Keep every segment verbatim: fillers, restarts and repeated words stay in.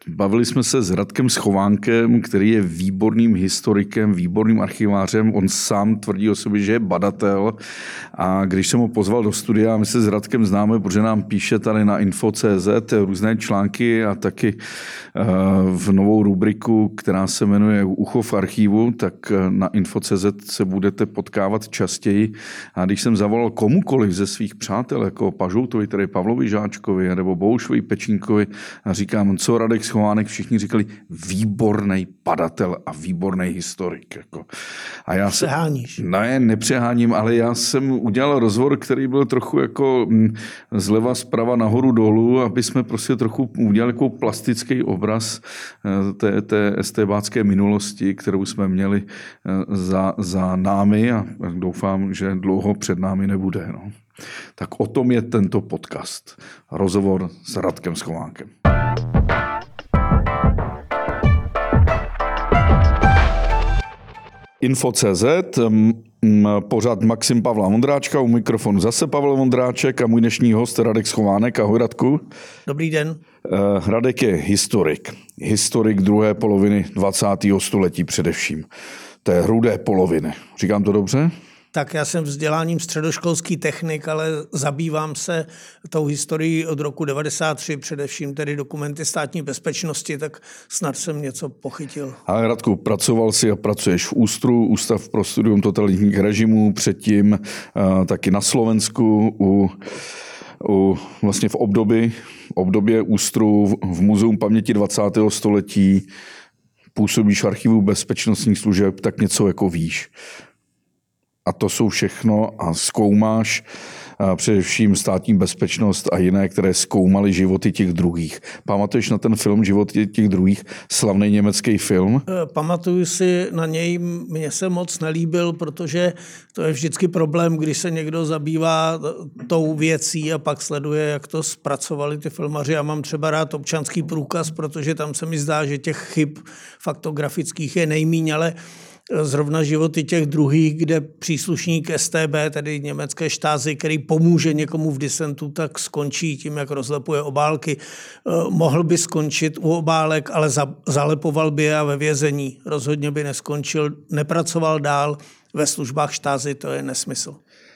Bavili jsme se s Radkem Schovánkem, který je výborným historikem, výborným archivářem. On sám tvrdí o sobě, že je badatel. A když jsem ho pozval do studia, my se s Radkem známe, protože nám píše tady na info tečka cé zet různé články a taky v novou rubriku, která se jmenuje Ucho v archivu, tak na info tečka cé zet se budete potkávat častěji. A když jsem zavolal komukoliv ze svých přátel, jako Pažoutovi, tedy Pavlovi Žáčkovi, nebo Boušovi Pečínkovi, a říkám, co Radek Schovánek, všichni říkali, výborný badatel a výborný historik. Jako. A já Přeháníš. Se, ne, nepřeháním, ale já jsem udělal rozhovor, který byl trochu jako zleva, zprava, nahoru, dolů, aby jsme prostě trochu udělali jako plastický obraz té, té estébácké minulosti, kterou jsme měli za, za námi a doufám, že dlouho před námi nebude. No. Tak o tom je tento podcast. Rozhovor s Radkem Schovánkem. info tečka cé zet, pořád Maxim Pavla Vondráčka, u mikrofonu zase Pavel Vondráček a můj dnešní host Radek Schovánek. Ahoj, Radku. Dobrý den. Radek je historik. Historik druhé poloviny dvacátého století především. Té hrudé poloviny. Říkám to dobře? Tak já jsem vzděláním středoškolský technik, ale zabývám se tou historií od roku devadesát tři, především tedy dokumenty státní bezpečnosti, tak snad jsem něco pochytil. Ale Radku, pracoval jsi a pracuješ v ÚSTRu, Ústav pro studium totalitních režimů, předtím uh, taky na Slovensku u, u vlastně v období, období ÚSTRu v, v Muzeu paměti dvacátého století, působíš v archivu bezpečnostních služeb, tak něco jako víš. A to jsou všechno a zkoumáš a především státní bezpečnost a jiné, které zkoumaly životy těch druhých. Pamatuješ na ten film Životy těch druhých, slavný německý film? Pamatuju si na něj, mně se moc nelíbil, protože to je vždycky problém, když se někdo zabývá tou věcí a pak sleduje, jak to zpracovali ty filmaři. Já mám třeba rád Občanský průkaz, protože tam se mi zdá, že těch chyb faktografických je nejmíň, ale zrovna Životy těch druhých, kde příslušník es té bé, tedy německé štázy, který pomůže někomu v disentu, tak skončí tím, jak rozlepuje obálky. Mohl by skončit u obálek, ale zalepoval by je a ve vězení. Rozhodně by neskončil, nepracoval dál ve službách štázy, to je nesmysl.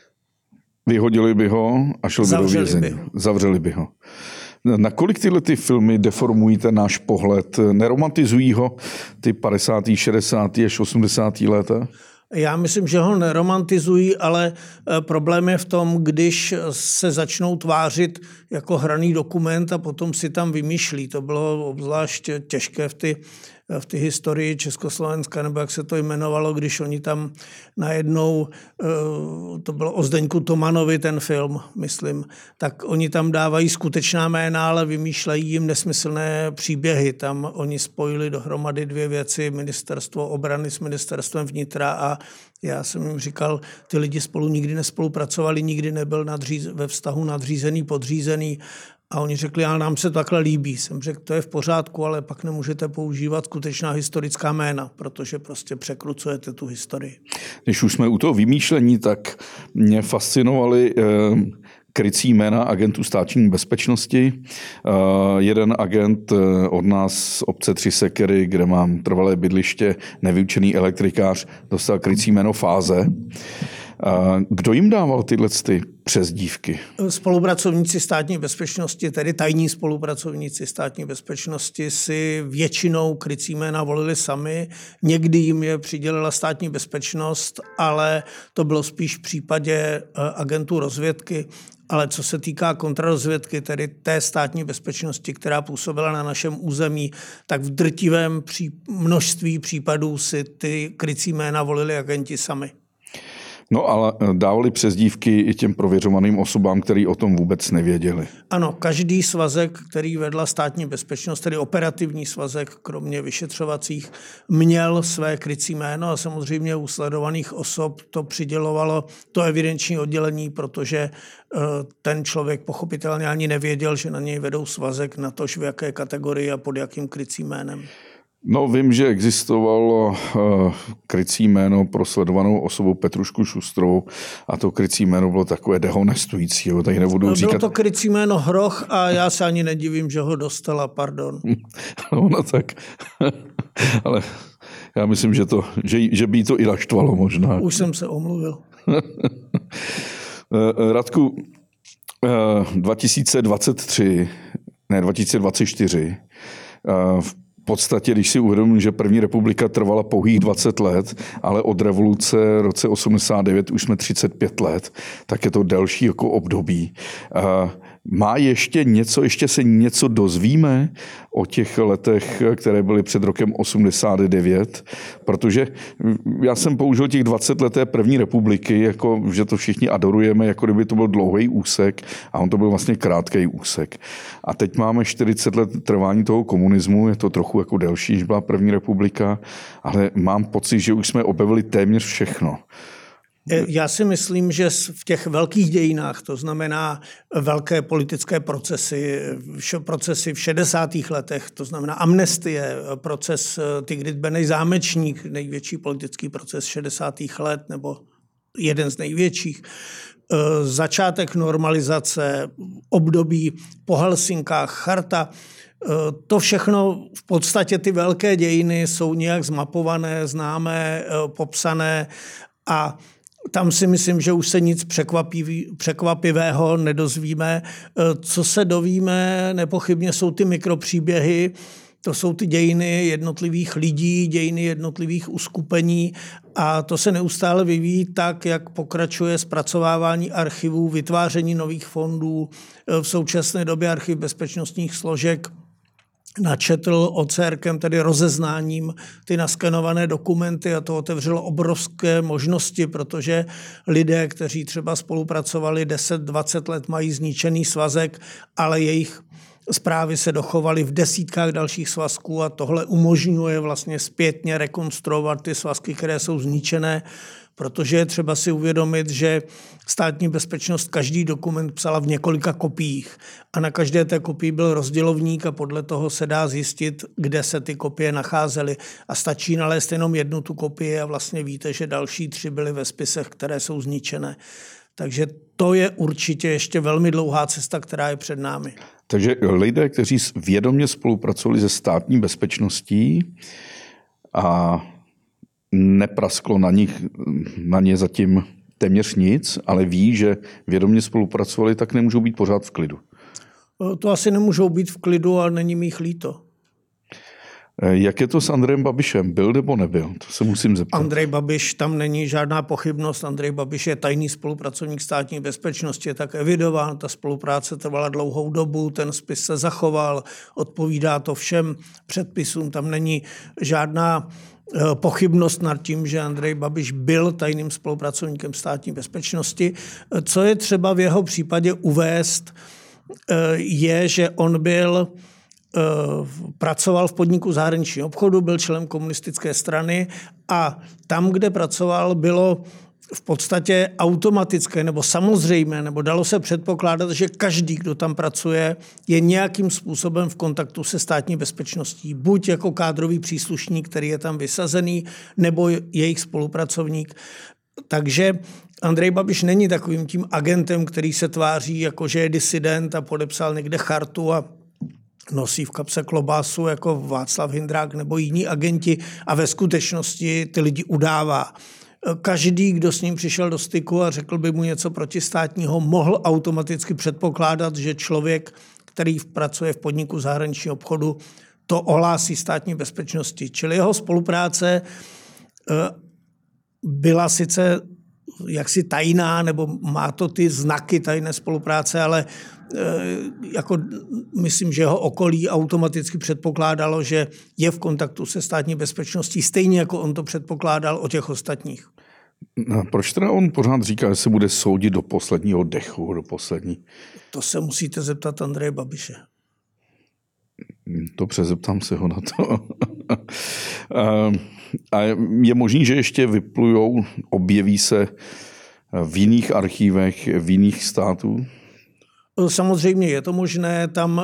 Vyhodili by ho a šel by do vězení. By. Zavřeli by ho. Nakolik tyhle ty filmy deformují ten náš pohled? Neromantizují ho ty padesátá, šedesátá až osmdesátá léta? Já myslím, že ho neromantizují, ale problém je v tom, když se začnou tvářit jako hraný dokument a potom si tam vymýšlí. To bylo obzvlášť těžké v ty, v ty historii Československa, nebo jak se to jmenovalo, když oni tam najednou, to bylo o Zdeňku Tomanovi ten film, myslím, tak oni tam dávají skutečná jména, ale vymýšlejí jim nesmyslné příběhy. Tam oni spojili dohromady dvě věci, ministerstvo obrany s ministerstvem vnitra a já jsem jim říkal, ty lidi spolu nikdy nespolupracovali, nikdy nebyl nadříz, ve vztahu nadřízený, podřízený. A oni řekli, ale nám se takhle líbí. Jsem řekl, to je v pořádku, ale pak nemůžete používat skutečná historická jména, protože prostě překrucujete tu historii. Když už jsme u toho vymýšlení, tak mě fascinovaly eh, krycí jména agentů státní bezpečnosti. Eh, jeden agent eh, od nás z obce Tři Sekery, kde mám trvalé bydliště, nevyučený elektrikář, dostal krycí jméno Fáze. Kdo jim dával tyhle ty přezdívky? Spolupracovníci státní bezpečnosti, tedy tajní spolupracovníci státní bezpečnosti si většinou krycí jména volili sami. Někdy jim je přidělila státní bezpečnost, ale to bylo spíš v případě agentů rozvědky. Ale co se týká kontrarozvědky, tedy té státní bezpečnosti, která působila na našem území, tak v drtivém množství případů si ty krycí jména volili agenti sami. No ale dávali přezdívky i těm prověřovaným osobám, který o tom vůbec nevěděli. Ano, každý svazek, který vedla státní bezpečnost, tedy operativní svazek, kromě vyšetřovacích, měl své krycí jméno a samozřejmě u sledovaných osob to přidělovalo to evidenční oddělení, protože ten člověk pochopitelně ani nevěděl, že na něj vedou svazek, natož v jaké kategorii a pod jakým krycím jménem. No, vím, že existovalo uh, krycí jméno pro sledovanou osobu Petrušku Šustrovou a to krycí jméno bylo takové dehonestující, jo, tady nebudu no, říkat. Bylo to krycí jméno Hroch a já se ani nedivím, že ho dostala, pardon. No, no tak, ale já myslím, že, to, že, že by jí to i naštvalo možná. Už jsem se omluvil. Radku, dva tisíce dvacet tři, ne dva tisíce dvacet čtyři, v podstatě, když si uvědomím, že první republika trvala pouhých dvacet let, ale od revoluce v roce osmdesát devět už jsme třicet pět let, tak je to delší jako období. Má ještě něco, ještě se něco dozvíme o těch letech, které byly před rokem osmdesát devět, protože já jsem použil těch dvacet let té první republiky, jako, že to všichni adorujeme, jako kdyby to byl dlouhý úsek a on to byl vlastně krátký úsek. A teď máme čtyřicet let trvání toho komunismu, je to trochu jako delší, než byla první republika, ale mám pocit, že už jsme objevili téměř všechno. Já si myslím, že v těch velkých dějinách, to znamená velké politické procesy, procesy v šedesátých letech, to znamená amnestie, proces Tigris Benej Zámečník, největší politický proces šedesátých let, nebo jeden z největších, začátek normalizace, období po Helsinkách, charta, to všechno v podstatě ty velké dějiny jsou nějak zmapované, známé, popsané a tam si myslím, že už se nic překvapivého nedozvíme. Co se dovíme, nepochybně jsou ty mikropříběhy, to jsou ty dějiny jednotlivých lidí, dějiny jednotlivých uskupení a to se neustále vyvíjí tak, jak pokračuje zpracovávání archivů, vytváření nových fondů. V současné době archiv bezpečnostních složek načetl O C R kem, tedy rozeznáním, ty naskenované dokumenty a to otevřelo obrovské možnosti, protože lidé, kteří třeba spolupracovali deset dvacet let, mají zničený svazek, ale jejich zprávy se dochovaly v desítkách dalších svazků a tohle umožňuje vlastně zpětně rekonstruovat ty svazky, které jsou zničené, protože je třeba si uvědomit, že Státní bezpečnost každý dokument psala v několika kopiích a na každé té kopii byl rozdělovník a podle toho se dá zjistit, kde se ty kopie nacházely. A stačí nalézt jenom jednu tu kopii a vlastně víte, že další tři byly ve spisech, které jsou zničené. Takže to je určitě ještě velmi dlouhá cesta, která je před námi. Takže lidé, kteří vědomě spolupracovali se Státní bezpečností a neprasklo na nich, na ně zatím téměř nic, ale ví, že vědomě spolupracovali, tak nemůžou být pořád v klidu. To asi nemůžou být v klidu a není mi jich líto. Jak je to s Andrejem Babišem? Byl nebo nebyl? To se musím zeptat. Andrej Babiš, tam není žádná pochybnost. Andrej Babiš je tajný spolupracovník Státní bezpečnosti, je tak evidován. Ta spolupráce trvala dlouhou dobu, ten spis se zachoval, odpovídá to všem předpisům. Tam není žádná pochybnost nad tím, že Andrej Babiš byl tajným spolupracovníkem Státní bezpečnosti. Co je třeba v jeho případě uvést, je, že on byl pracoval v podniku zahraničního obchodu, byl členem komunistické strany a tam, kde pracoval, bylo v podstatě automatické nebo samozřejmé, nebo dalo se předpokládat, že každý, kdo tam pracuje, je nějakým způsobem v kontaktu se Státní bezpečností. Buď jako kádrový příslušník, který je tam vysazený, nebo jejich spolupracovník. Takže Andrej Babiš není takovým tím agentem, který se tváří jako, že je disident a podepsal někde chartu a nosí v kapse klobásu jako Václav Hindrák nebo jiní agenti a ve skutečnosti ty lidi udává. Každý, kdo s ním přišel do styku a řekl by mu něco protistátního, mohl automaticky předpokládat, že člověk, který pracuje v podniku zahraničního obchodu, to ohlásí Státní bezpečnosti. Čili jeho spolupráce byla sice jaksi tajná, nebo má to ty znaky tajné spolupráce, ale jako myslím, že jeho okolí automaticky předpokládalo, že je v kontaktu se Státní bezpečností, stejně jako on to předpokládal o těch ostatních. No, proč teda on pořád říká, že se bude soudit do posledního dechu, do poslední? To se musíte zeptat Andreje Babiše. Dobře, zeptám se ho na to. A je možný, že ještě vyplujou, objeví se v jiných archívech, v jiných států? Samozřejmě je to možné, tam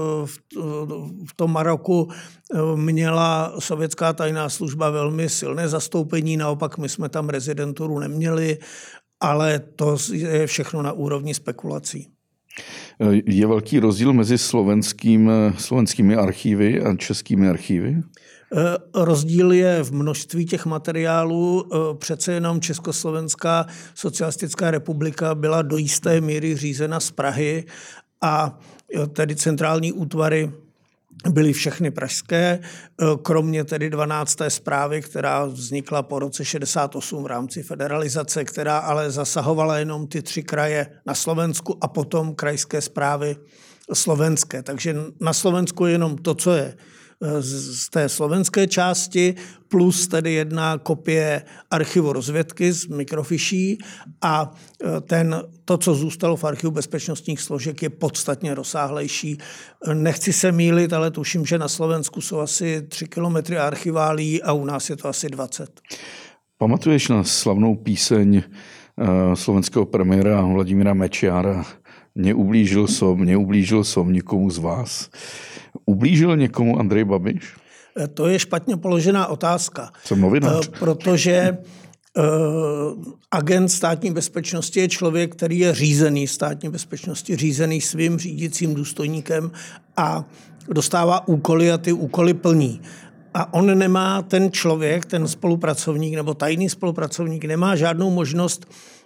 v tom Maroku měla sovětská tajná služba velmi silné zastoupení, naopak my jsme tam rezidenturu neměli, ale to je všechno na úrovni spekulací. Je velký rozdíl mezi slovenským, slovenskými archívy a českými archívy? Rozdíl je v množství těch materiálů. Přece jenom Československá socialistická republika byla do jisté míry řízena z Prahy a tedy centrální útvary byly všechny pražské, kromě tedy dvanácté správy, která vznikla po roce šedesát osm v rámci federalizace, která ale zasahovala jenom ty tři kraje na Slovensku a potom krajské správy slovenské. Takže na Slovensku je jenom to, co je z té slovenské části, plus tedy jedna kopie archivu rozvědky z mikrofiší a ten, to, co zůstalo v archivu bezpečnostních složek, je podstatně rozsáhlejší. Nechci se mýlit, ale tuším, že na Slovensku jsou asi tři kilometry archiválí a u nás je to asi dvacet. Pamatuješ na slavnou píseň slovenského premiéra Vladimíra Mečiara Neublížil som, neublížil som nikomu z vás. Ublížil někomu Andrej Babiš? To je špatně položená otázka. Jsem novinář. Protože uh, agent státní bezpečnosti je člověk, který je řízený státní bezpečnosti, řízený svým řídícím důstojníkem a dostává úkoly a ty úkoly plní. A on nemá, ten člověk, ten spolupracovník nebo tajný spolupracovník, nemá žádnou možnost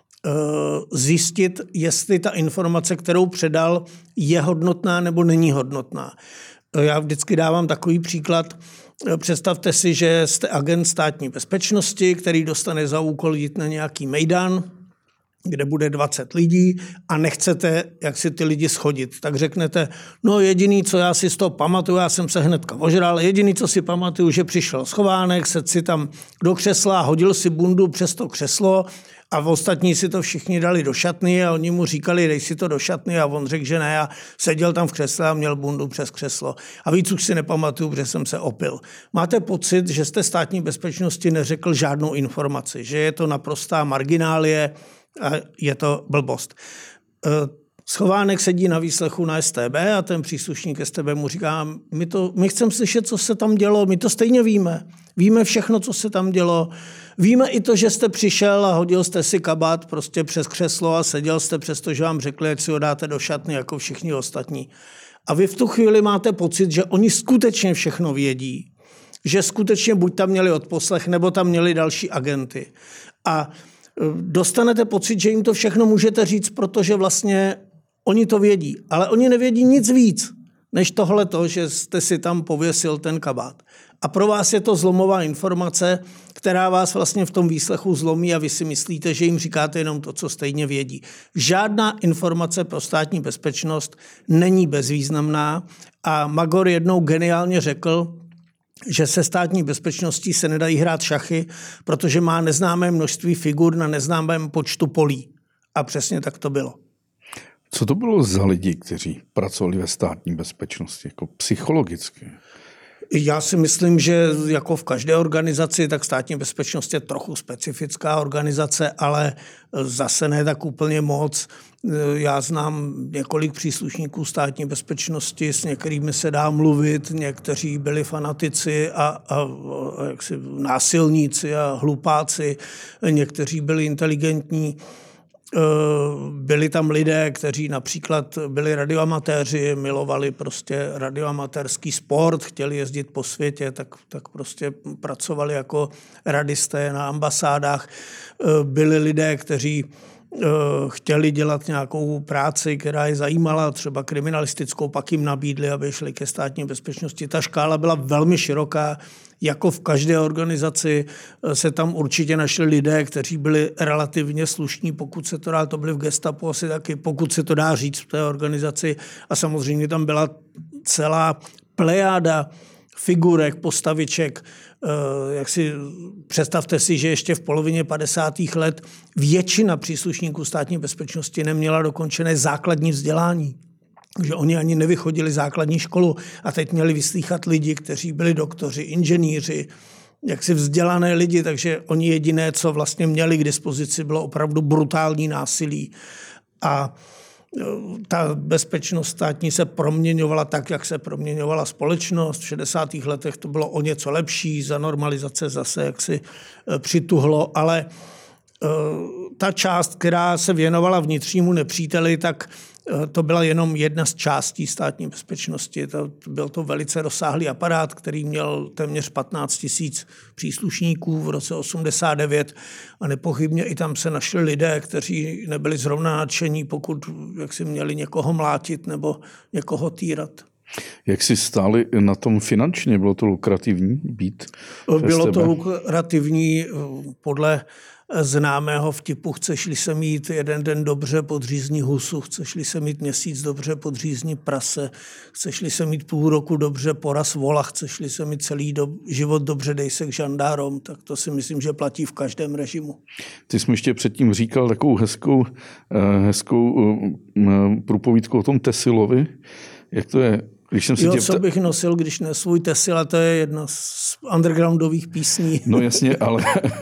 zjistit, jestli ta informace, kterou předal, je hodnotná nebo není hodnotná. Já vždycky dávám takový příklad. Představte si, že jste agent státní bezpečnosti, který dostane za úkol jít na nějaký mejdan, kde bude dvacet lidí a nechcete, jak si ty lidi schodit. Tak řeknete, no jediný, co já si z toho pamatuju, já jsem se hnedka ožral, jediný, co si pamatuju, že přišel Schovánek, sedl si tam do křesla, hodil si bundu přes to křeslo a ostatní si to všichni dali do šatny a oni mu říkali, dej si to do šatny a on řekl, že ne a seděl tam v křesle a měl bundu přes křeslo. A víc už si nepamatuju, protože jsem se opil. Máte pocit, že jste státní bezpečnosti neřekl žádnou informaci, že je to naprostá marginálie a je to blbost. Schovánek sedí na výslechu na S T B a ten příslušník S T B mu říká, my, to, my chceme slyšet, co se tam dělo, my to stejně víme. Víme všechno, co se tam dělo. Víme i to, že jste přišel a hodil jste si kabát prostě přes křeslo a seděl jste přesto, že vám řekli, ať si ho dáte do šatny jako všichni ostatní. A vy v tu chvíli máte pocit, že oni skutečně všechno vědí. Že skutečně buď tam měli odposlech, nebo tam měli další agenty. A dostanete pocit, že jim to všechno můžete říct, protože vlastně oni to vědí. Ale oni nevědí nic víc, než tohleto, že jste si tam pověsil ten kabát. A pro vás je to zlomová informace, která vás vlastně v tom výslechu zlomí a vy si myslíte, že jim říkáte jenom to, co stejně vědí. Žádná informace pro státní bezpečnost není bezvýznamná a Magor jednou geniálně řekl, že se státní bezpečností se nedají hrát šachy, protože má neznámé množství figur na neznámém počtu polí. A přesně tak to bylo. Co to bylo za lidi, kteří pracovali ve státní bezpečnosti, jako psychologicky? Já si myslím, že jako v každé organizaci, tak státní bezpečnost je trochu specifická organizace, ale zase ne tak úplně moc. Já znám několik příslušníků státní bezpečnosti, s některými se dá mluvit, někteří byli fanatici a, a, a jaksi násilníci a hlupáci, někteří byli inteligentní. Byli tam lidé, kteří například byli radioamatéři, milovali prostě radioamatérský sport, chtěli jezdit po světě, tak, tak prostě pracovali jako radisté na ambasádách. Byli lidé, kteří chtěli dělat nějakou práci, která je zajímala, třeba kriminalistickou, pak jim nabídli, aby šli ke státní bezpečnosti. Ta škála byla velmi široká, jako v každé organizaci se tam určitě našli lidé, kteří byli relativně slušní, pokud se to dá, to byli v gestapu asi taky, pokud se to dá říct v té organizaci. A samozřejmě tam byla celá plejáda figurek, postaviček. Jak si představte si, že ještě v polovině padesátých let většina příslušníků státní bezpečnosti neměla dokončené základní vzdělání. Že oni ani nevychodili základní školu a teď měli vyslýchat lidi, kteří byli doktoři, inženýři, jaksi vzdělané lidi, takže oni jediné, co vlastně měli k dispozici, bylo opravdu brutální násilí. A ta bezpečnost státní se proměňovala tak, jak se proměňovala společnost. V šedesátých letech to bylo o něco lepší, za normalizace zase jaksi přituhlo, ale ta část, která se věnovala vnitřnímu nepříteli, tak to byla jenom jedna z částí státní bezpečnosti. To, byl to velice rozsáhlý aparát, který měl téměř patnáct tisíc příslušníků v roce osmdesát devět a nepochybně i tam se našli lidé, kteří nebyli zrovna nadšení, pokud jak si měli někoho mlátit nebo někoho týrat. Jak si stáli na tom finančně? Bylo to lukrativní být? Bylo to lukrativní podle známého vtipu. Chceš-li se mít jeden den dobře, podřízni husu, chceš-li se mít měsíc dobře, podřízni prase, chceš-li se mít půl roku dobře, poraz vola, chceš-li se mít celý do, život dobře, dej se k žandárom, tak to si myslím, že platí v každém režimu. Ty jsi mi ještě předtím říkal takovou hezkou, hezkou průpovídku o tom Tesilovi. Jak to je? Když jsem si jo, tě... co bych nosil, když ne svůj Tesil, a to je jedna z undergroundových písní. No jasně, ale,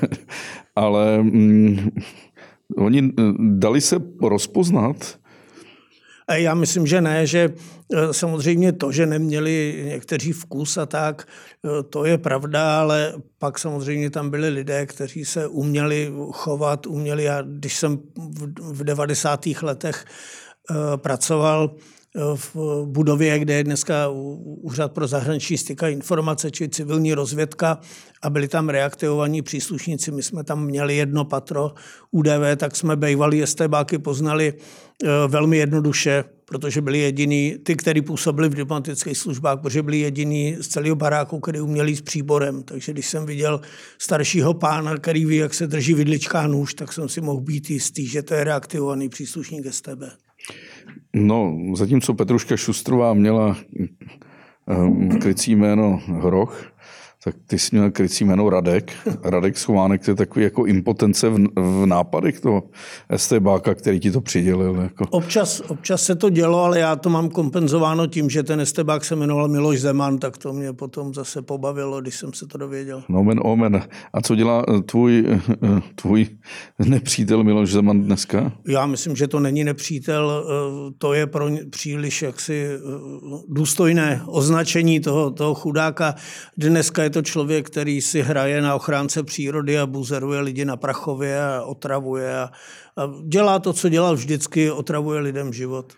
ale mm, oni dali se rozpoznat? Já myslím, že ne, že samozřejmě to, že neměli někteří vkus a tak, to je pravda, ale pak samozřejmě tam byli lidé, kteří se uměli chovat, uměli. Já když jsem v devadesátých letech pracoval v budově, kde je dneska Úřad pro zahraniční styk a informace, či civilní rozvědka, a byli tam reaktivovaní příslušníci. My jsme tam měli jedno patro U D V, tak jsme bývalí estébáky poznali velmi jednoduše, protože byli jediní, ty, kteří působili v diplomatických službách, protože byli jediní z celého baráku, který uměli s příborem. Takže když jsem viděl staršího pána, který ví, jak se drží vidličká nůž, tak jsem si mohl být jistý, že to je reaktivovaný příslušník S T B. No, zatímco Petruška Šustrová měla um, krycí jméno Hroch, tak ty jsi měl krycí jméno Radek. Radek Schovánek, to je takový jako impotence v, v nápadech toho estébáka, který ti to přidělil. Jako. Občas, občas se to dělo, ale já to mám kompenzováno tím, že ten estébák se jmenoval Miloš Zeman, tak to mě potom zase pobavilo, když jsem se to dověděl. Nomen omen. A co dělá tvůj, tvůj nepřítel Miloš Zeman dneska? Já myslím, že to není nepřítel, to je pro ně příliš jaksi důstojné označení toho, toho chudáka. Dneska je to člověk, který si hraje na ochránce přírody a buzeruje lidi na Prachově a otravuje a, a dělá to, co dělal vždycky, otravuje lidem život.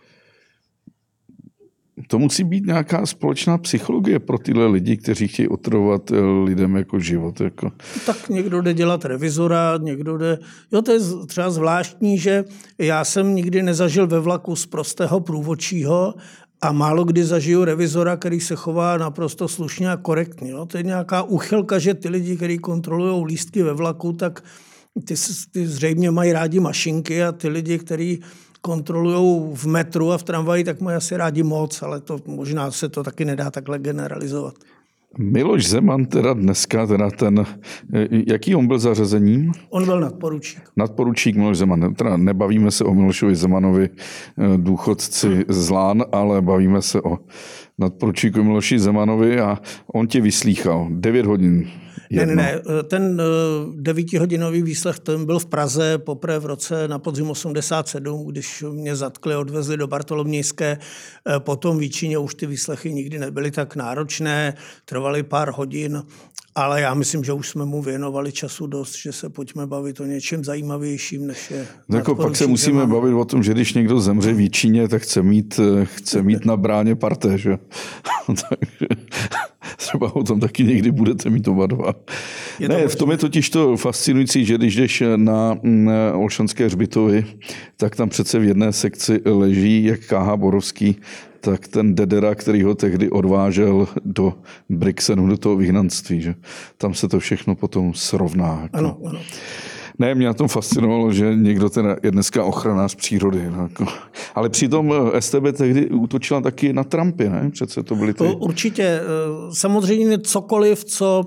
To musí být nějaká společná psychologie pro tyhle lidi, kteří chtějí otravovat lidem jako život. Jako. Tak někdo jde dělat revizora, někdo jde... Jo, to je třeba zvláštní, že já jsem nikdy nezažil ve vlaku z prostého průvodčího, a málo kdy zažiju revizora, který se chová naprosto slušně a korektně. Jo? To je nějaká úchylka, že ty lidi, kteří kontrolují lístky ve vlaku, tak ty, ty zřejmě mají rádi mašinky a ty lidi, kteří kontrolují v metru a v tramvaji, tak mají asi rádi moc, ale to možná se to taky nedá takhle generalizovat. Miloš Zeman teda dneska, teda ten, jaký on byl zařazením? On byl nadporučík. Nadporučík Miloš Zeman. Teda nebavíme se o Milošovi Zemanovi, důchodci z Lán, ale bavíme se o nadporučíku Miloši Zemanovi a on tě vyslýchal devět hodin. Jedno. Ne, ne, ne. Ten devítihodinový výslech ten byl v Praze poprvé v roce na podzim osmdesát sedm, když mě zatkli, odvezli do Bartolomějské. Potom v Jíčíně už ty výslechy nikdy nebyly tak náročné, trvaly pár hodin, ale já myslím, že už jsme mu věnovali času dost, že se pojďme bavit o něčem zajímavějším, než je... Jako pak se musíme Zeman. bavit o tom, že když někdo zemře v Jíčíně, tak chce mít, chce mít na bráně parte, že? Takže třeba o tom taky někdy budete mít oba dva. Ne, v tom je totiž to fascinující, že když jdeš na, na Olšanské hřbitovy, tak tam přece v jedné sekci leží, jak K H Borovský, tak ten Dedera, který ho tehdy odvážel do Brixenu, do toho vyhnanství. Že? Tam se to všechno potom srovná. Jako. Ano, ano. Ne, mě na tom fascinovalo, že někdo ten je dneska ochranář přírody. Jako. Ale přitom S T B tehdy útočila taky na Trumpy, ne? Přece to byly ty... Určitě. Samozřejmě cokoliv, co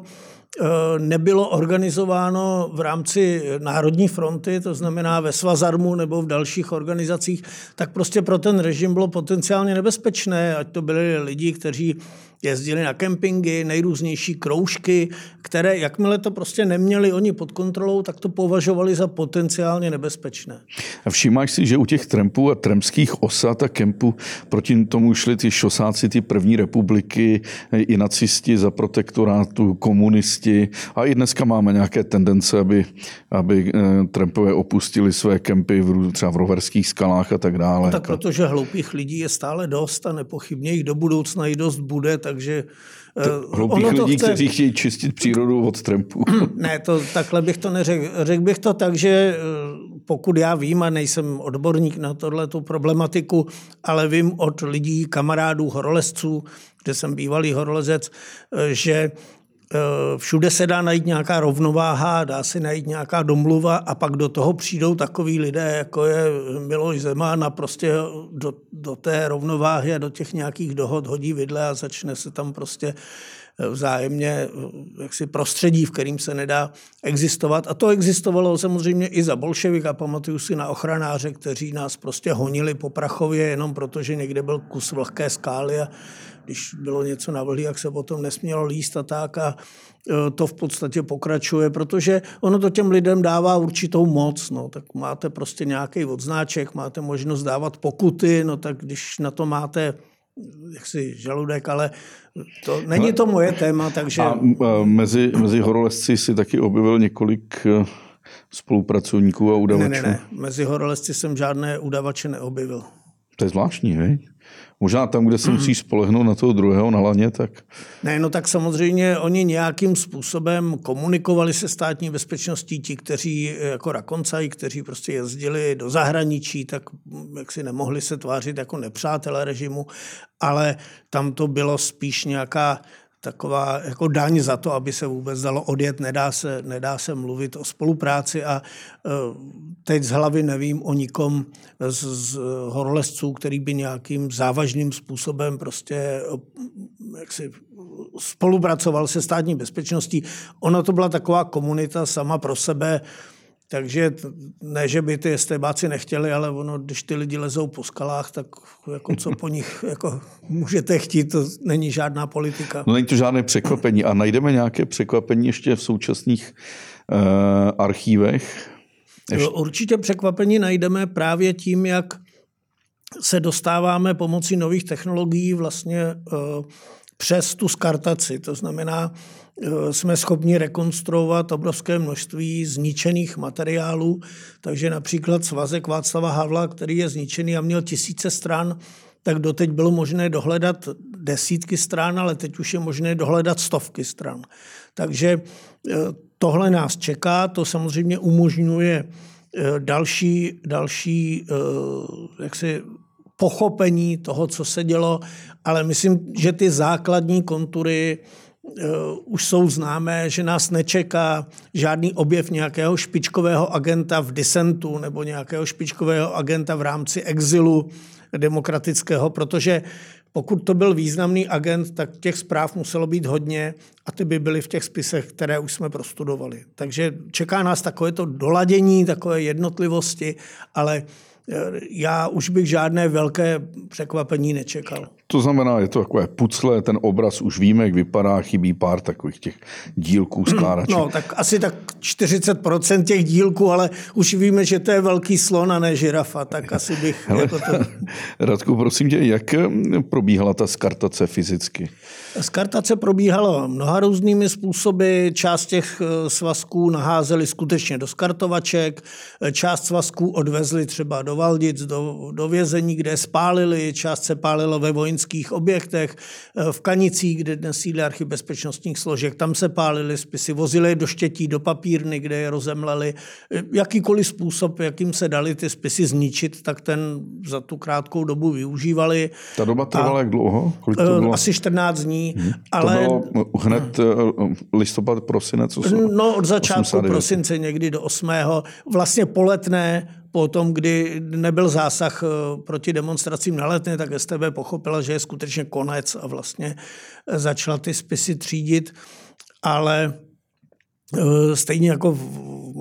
nebylo organizováno v rámci Národní fronty, to znamená ve Svazarmu nebo v dalších organizacích, tak prostě pro ten režim bylo potenciálně nebezpečné, ať to byli lidi, kteří jezdili na kempingy, nejrůznější kroužky, které jakmile to prostě neměli oni pod kontrolou, tak to považovali za potenciálně nebezpečné. A všímáš si, že u těch trampů a trampských osad a kempů proti tomu šli ty šosáci, ty první republiky, i nacisti za protektorátu, komunisti a i dneska máme nějaké tendence, aby, aby trampové opustili své kempy v, třeba v roverských skalách a tak dále. No tak protože hloupých lidí je stále dost a nepochybně jich do budoucna i dost bude, takže hloupých lidí, chce... kteří chtějí čistit přírodu od trampů. Ne, to, takhle bych to neřekl. Řekl bych to tak, že pokud já vím, a nejsem odborník na tohletu problematiku, ale vím od lidí, kamarádů, horolezců, kde jsem bývalý horolezec, že všude se dá najít nějaká rovnováha, dá se najít nějaká domluva a pak do toho přijdou takový lidé, jako je Miloš Zeman a prostě do, do té rovnováhy a do těch nějakých dohod hodí vidle a začne se tam prostě vzájemně jaksi prostředí, v kterým se nedá existovat. A to existovalo samozřejmě i za bolševik a pamatuju si na ochranáře, kteří nás prostě honili po Prachově jenom proto, že někde byl kus vlhké skály a když bylo něco na vlhy, jak se potom nesmělo líst a tak a to v podstatě pokračuje, protože ono to těm lidem dává určitou moc. No, tak máte prostě nějaký odznáček, máte možnost dávat pokuty, no tak když na to máte jaksi žaludek, ale to není to moje téma, takže... A mezi, mezi horolezci si taky objevil několik spolupracovníků a udavačů? Ne, ne, ne. Mezi horolezci jsem žádné udavače neobjevil. To je zvláštní, hej? Možná tam, kde se musí spolehnout na toho druhého na laně, tak... Ne, no tak samozřejmě oni nějakým způsobem komunikovali se státní bezpečností, ti, kteří jako Rakoncaj, kteří prostě jezdili do zahraničí, tak jak si nemohli se tvářit jako nepřátelé režimu, ale tam to bylo spíš nějaká taková jako daň za to, aby se vůbec dalo odjet, nedá se, nedá se mluvit o spolupráci a teď z hlavy nevím o nikom z, z horolezců, který by nějakým závažným způsobem prostě jaksi spolupracoval se státní bezpečností. Ono to byla taková komunita sama pro sebe, takže ne, že by ty estébáci nechtěli, ale ono, když ty lidi lezou po skalách, tak jako co po nich jako můžete chtít, to není žádná politika. No není to žádné překvapení. A najdeme nějaké překvapení ještě v současných uh, archívech? Ještě... Určitě překvapení najdeme právě tím, jak se dostáváme pomocí nových technologií vlastně uh, přes tu skartaci. To znamená, jsme schopni rekonstruovat obrovské množství zničených materiálů, takže například svazek Václava Havla, který je zničený a měl tisíce stran, tak doteď bylo možné dohledat desítky stran, ale teď už je možné dohledat stovky stran. Takže tohle nás čeká, to samozřejmě umožňuje další, další jaksi, pochopení toho, co se dělo, ale myslím, že ty základní kontury uh, už jsou známé, že nás nečeká žádný objev nějakého špičkového agenta v disentu nebo nějakého špičkového agenta v rámci exilu demokratického, protože pokud to byl významný agent, tak těch zpráv muselo být hodně a ty by byly v těch spisech, které už jsme prostudovali. Takže čeká nás takovéto doladění, takové jednotlivosti, ale já už bych žádné velké překvapení nečekal. To znamená, je to takové pucle, ten obraz už víme, jak vypadá, chybí pár takových těch dílků, skládaček. No, tak asi tak čtyřicet procent těch dílků, ale už víme, že to je velký slon a ne žirafa, tak asi bych... Hele, jako to... Radku, prosím tě, jak probíhala ta skartace fyzicky? Skartace probíhala mnoha různými způsoby. Část těch svazků naházeli skutečně do skartovaček, část svazků odvezli třeba do Valdic, do, do vězení, kde spálili, část se pálilo ve vojenských objektech, v Kanicích, kde dnes sídlí archiv bezpečnostních složek, tam se pálily spisy, vozili je do Štětí, do papírny, kde je rozemleli. Jakýkoliv způsob, jakým se dali ty spisy zničit, tak ten za tu krátkou dobu využívali. Ta doba trvala jak dlouho? Kolik to bylo? Asi čtrnáct dní. Hmm. Ale... To bylo hned listopad, prosinec? No od začátku osmdesát devět. Prosince někdy do osmého Vlastně poletné, po tom, kdy nebyl zásah proti demonstracím na Letné, tak S T B pochopila, že je skutečně konec a vlastně začala ty spisy třídit, ale stejně jako v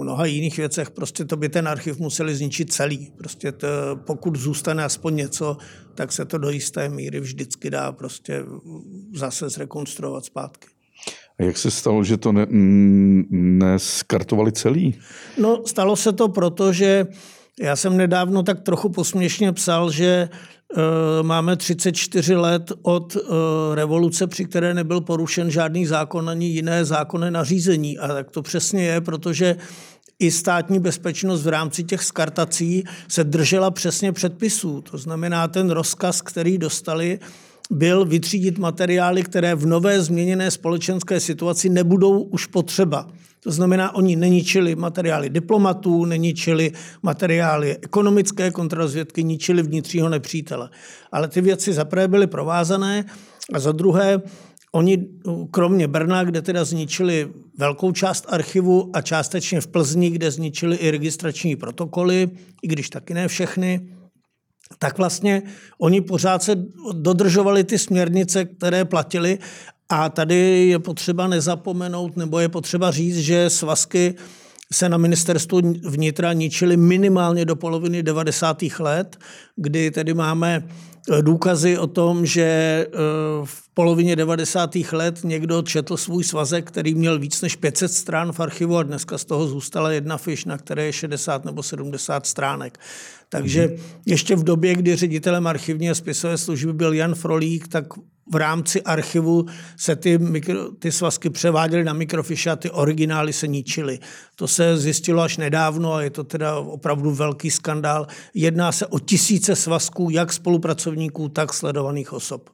mnoha jiných věcech. Prostě to by ten archiv museli zničit celý. Prostě to, pokud zůstane aspoň něco, tak se to do jisté míry vždycky dá prostě zase zrekonstruovat zpátky. A jak se stalo, že to neskartovali celý? No, stalo se to proto, že já jsem nedávno tak trochu posměšně psal, že e, máme třicet čtyři let od e, revoluce, při které nebyl porušen žádný zákon ani jiné zákonné nařízení. A tak to přesně je, protože i státní bezpečnost v rámci těch skartací se držela přesně předpisů. To znamená, ten rozkaz, který dostali, byl vytřídit materiály, které v nové změněné společenské situaci nebudou už potřeba. To znamená, oni neničili materiály diplomatů, neničili materiály ekonomické kontrarozvědky, ničili vnitřního nepřítele. Ale ty věci za prvé byly provázané a za druhé, oni kromě Brna, kde teda zničili velkou část archivu a částečně v Plzni, kde zničili i registrační protokoly, i když taky ne všechny, tak vlastně oni pořád se dodržovali ty směrnice, které platily. A tady je potřeba nezapomenout, nebo je potřeba říct, že svazky se na ministerstvu vnitra ničily minimálně do poloviny devadesátých let, kdy tedy máme důkazy o tom, že v polovině devadesátých let někdo četl svůj svazek, který měl víc než pět set stran v archivu a dneska z toho zůstala jedna fiš, na které je šedesát nebo sedmdesát stránek. Takže ještě v době, kdy ředitelem archivní a spisové služby byl Jan Frolík, tak v rámci archivu se ty, mikro, ty svazky převáděly na mikrofiše a ty originály se ničily. To se zjistilo až nedávno a je to teda opravdu velký skandál. Jedná se o tisíce svazků, jak spolupracovníků, tak sledovaných osob.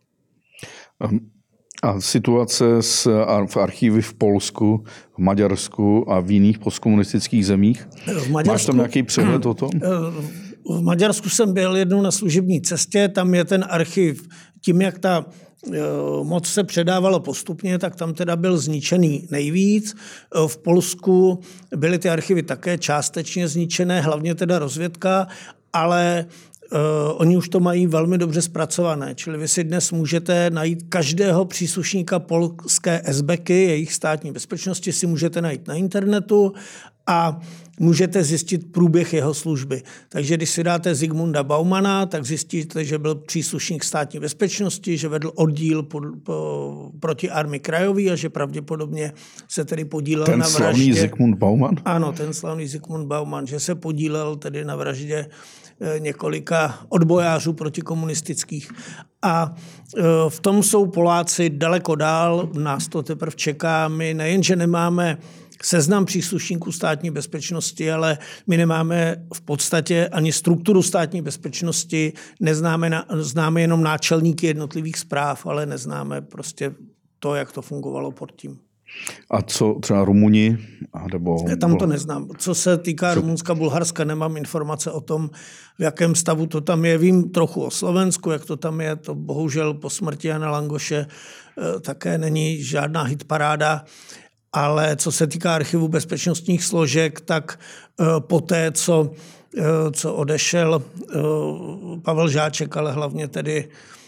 A situace s, v archívy v Polsku, v Maďarsku a v jiných postkomunistických zemích? V Maďarsku, máš tam nějaký přehled o tom? V Maďarsku jsem byl jednou na služební cestě, tam je ten archiv, tím jak ta moc se předávalo postupně, tak tam teda byl zničený nejvíc. V Polsku byly ty archivy také částečně zničené, hlavně teda rozvědka, ale Uh, oni už to mají velmi dobře zpracované, čili vy si dnes můžete najít každého příslušníka polské esbeky, jejich státní bezpečnosti si můžete najít na internetu a můžete zjistit průběh jeho služby. Takže když si dáte Zigmunda Baumana, tak zjistíte, že byl příslušník státní bezpečnosti, že vedl oddíl po, po, proti armii krajový a že pravděpodobně se tedy podílel ten na vraždě. Ten slavný Zikmund Bauman? Ano, ten slavný Zikmund Bauman, že se podílel tedy na vraždě několika odbojářů protikomunistických. A v tom jsou Poláci daleko dál, nás to teprve čeká. My nejenže nemáme seznam příslušníků státní bezpečnosti, ale my nemáme v podstatě ani strukturu státní bezpečnosti, neznáme, známe jenom náčelníky jednotlivých správ, ale neznáme prostě to, jak to fungovalo pod tím. A co třeba Rumuni? Nebo... Tam to neznám. Co se týká Rumunska, Bulharska, nemám informace o tom, v jakém stavu to tam je. Vím trochu o Slovensku, jak to tam je. To bohužel po smrti Jana Langoše také není žádná hitparáda. Ale co se týká archivu bezpečnostních složek, tak poté, co, co odešel Pavel Žáček, ale hlavně tedy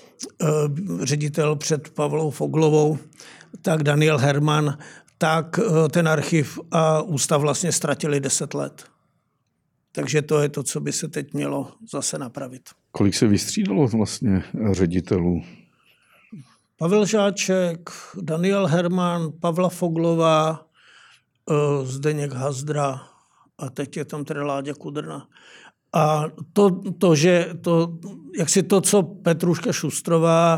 ředitel před Pavlou Foglovou, tak Daniel Herman, tak ten archiv a ústav vlastně ztratili deset let. Takže to je to, co by se teď mělo zase napravit. Kolik se vystřídalo vlastně ředitelů? Pavel Žáček, Daniel Herman, Pavla Foglová, Zdeněk Hazdra a teď je tam teda Láďa Kudrna. A to, to, že to, jak si to, co Petruška Šustrová,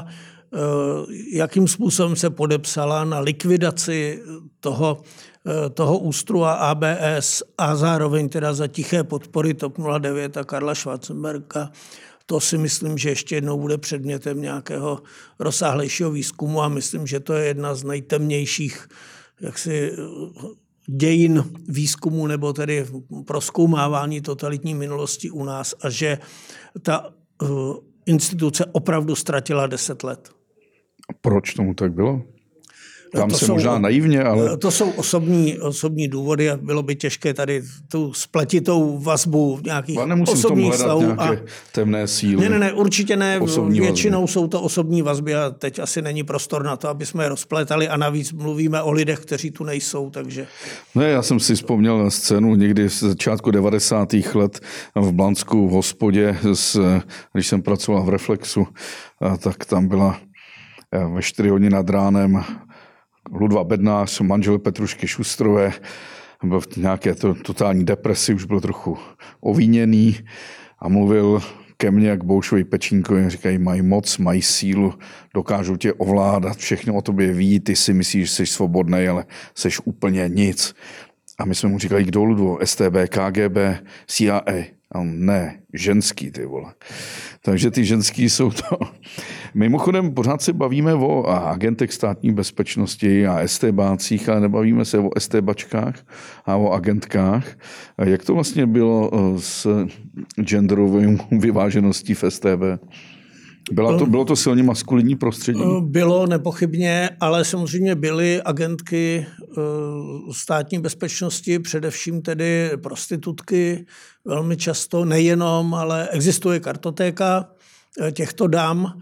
jakým způsobem se podepsala na likvidaci toho, toho ústru a A B S a zároveň teda za tiché podpory T O P nula devět a Karla Schwarzenberga, to si myslím, že ještě jednou bude předmětem nějakého rozsáhlejšího výzkumu a myslím, že to je jedna z nejtemnějších jaksi dějin výzkumu nebo tedy prozkoumávání totalitní minulosti u nás a že ta uh, instituce opravdu ztratila deset let. A proč tomu tak bylo? Tam se možná naivně, ale... To jsou osobní, osobní důvody a bylo by těžké tady tu spletitou vazbu nějakých osobních stavů. Nějaké temné síly. Ne, ne, ne, určitě ne. Většinou vazby. Jsou to osobní vazby a teď asi není prostor na to, aby jsme je rozplétali a navíc mluvíme o lidech, kteří tu nejsou, takže... Ne, já jsem si vzpomněl na scénu někdy z začátku devadesátých let v Blansku v hospodě, když jsem pracoval v Reflexu, tak tam byla ve čtyři hodiny nad ránem Ludva Bednář, manžel Petrušky Šustrové, byl v nějaké to, totální depresi, už byl trochu ovíněný a mluvil ke mně, k Boušovi Pečínkovi, říkají, mají moc, mají sílu, dokážou tě ovládat, všechno o tobě ví, ty si myslíš, že jsi svobodnej, ale jsi úplně nic. A my jsme mu říkali, kdo Ludvo, S T B, K G B, C I A. A on, ne, ženský, ty vole. Takže ty ženský jsou to. Mimochodem, pořád se bavíme o agentech státní bezpečnosti a STBácích, ale nebavíme se o STBačkách a o agentkách. Jak to vlastně bylo s genderovou vyvážeností v S T B? Bylo to, bylo to silně maskulinní prostředí? Bylo nepochybně, ale samozřejmě byly agentky státní bezpečnosti, především tedy prostitutky, velmi často, nejenom, ale existuje kartotéka těchto dam.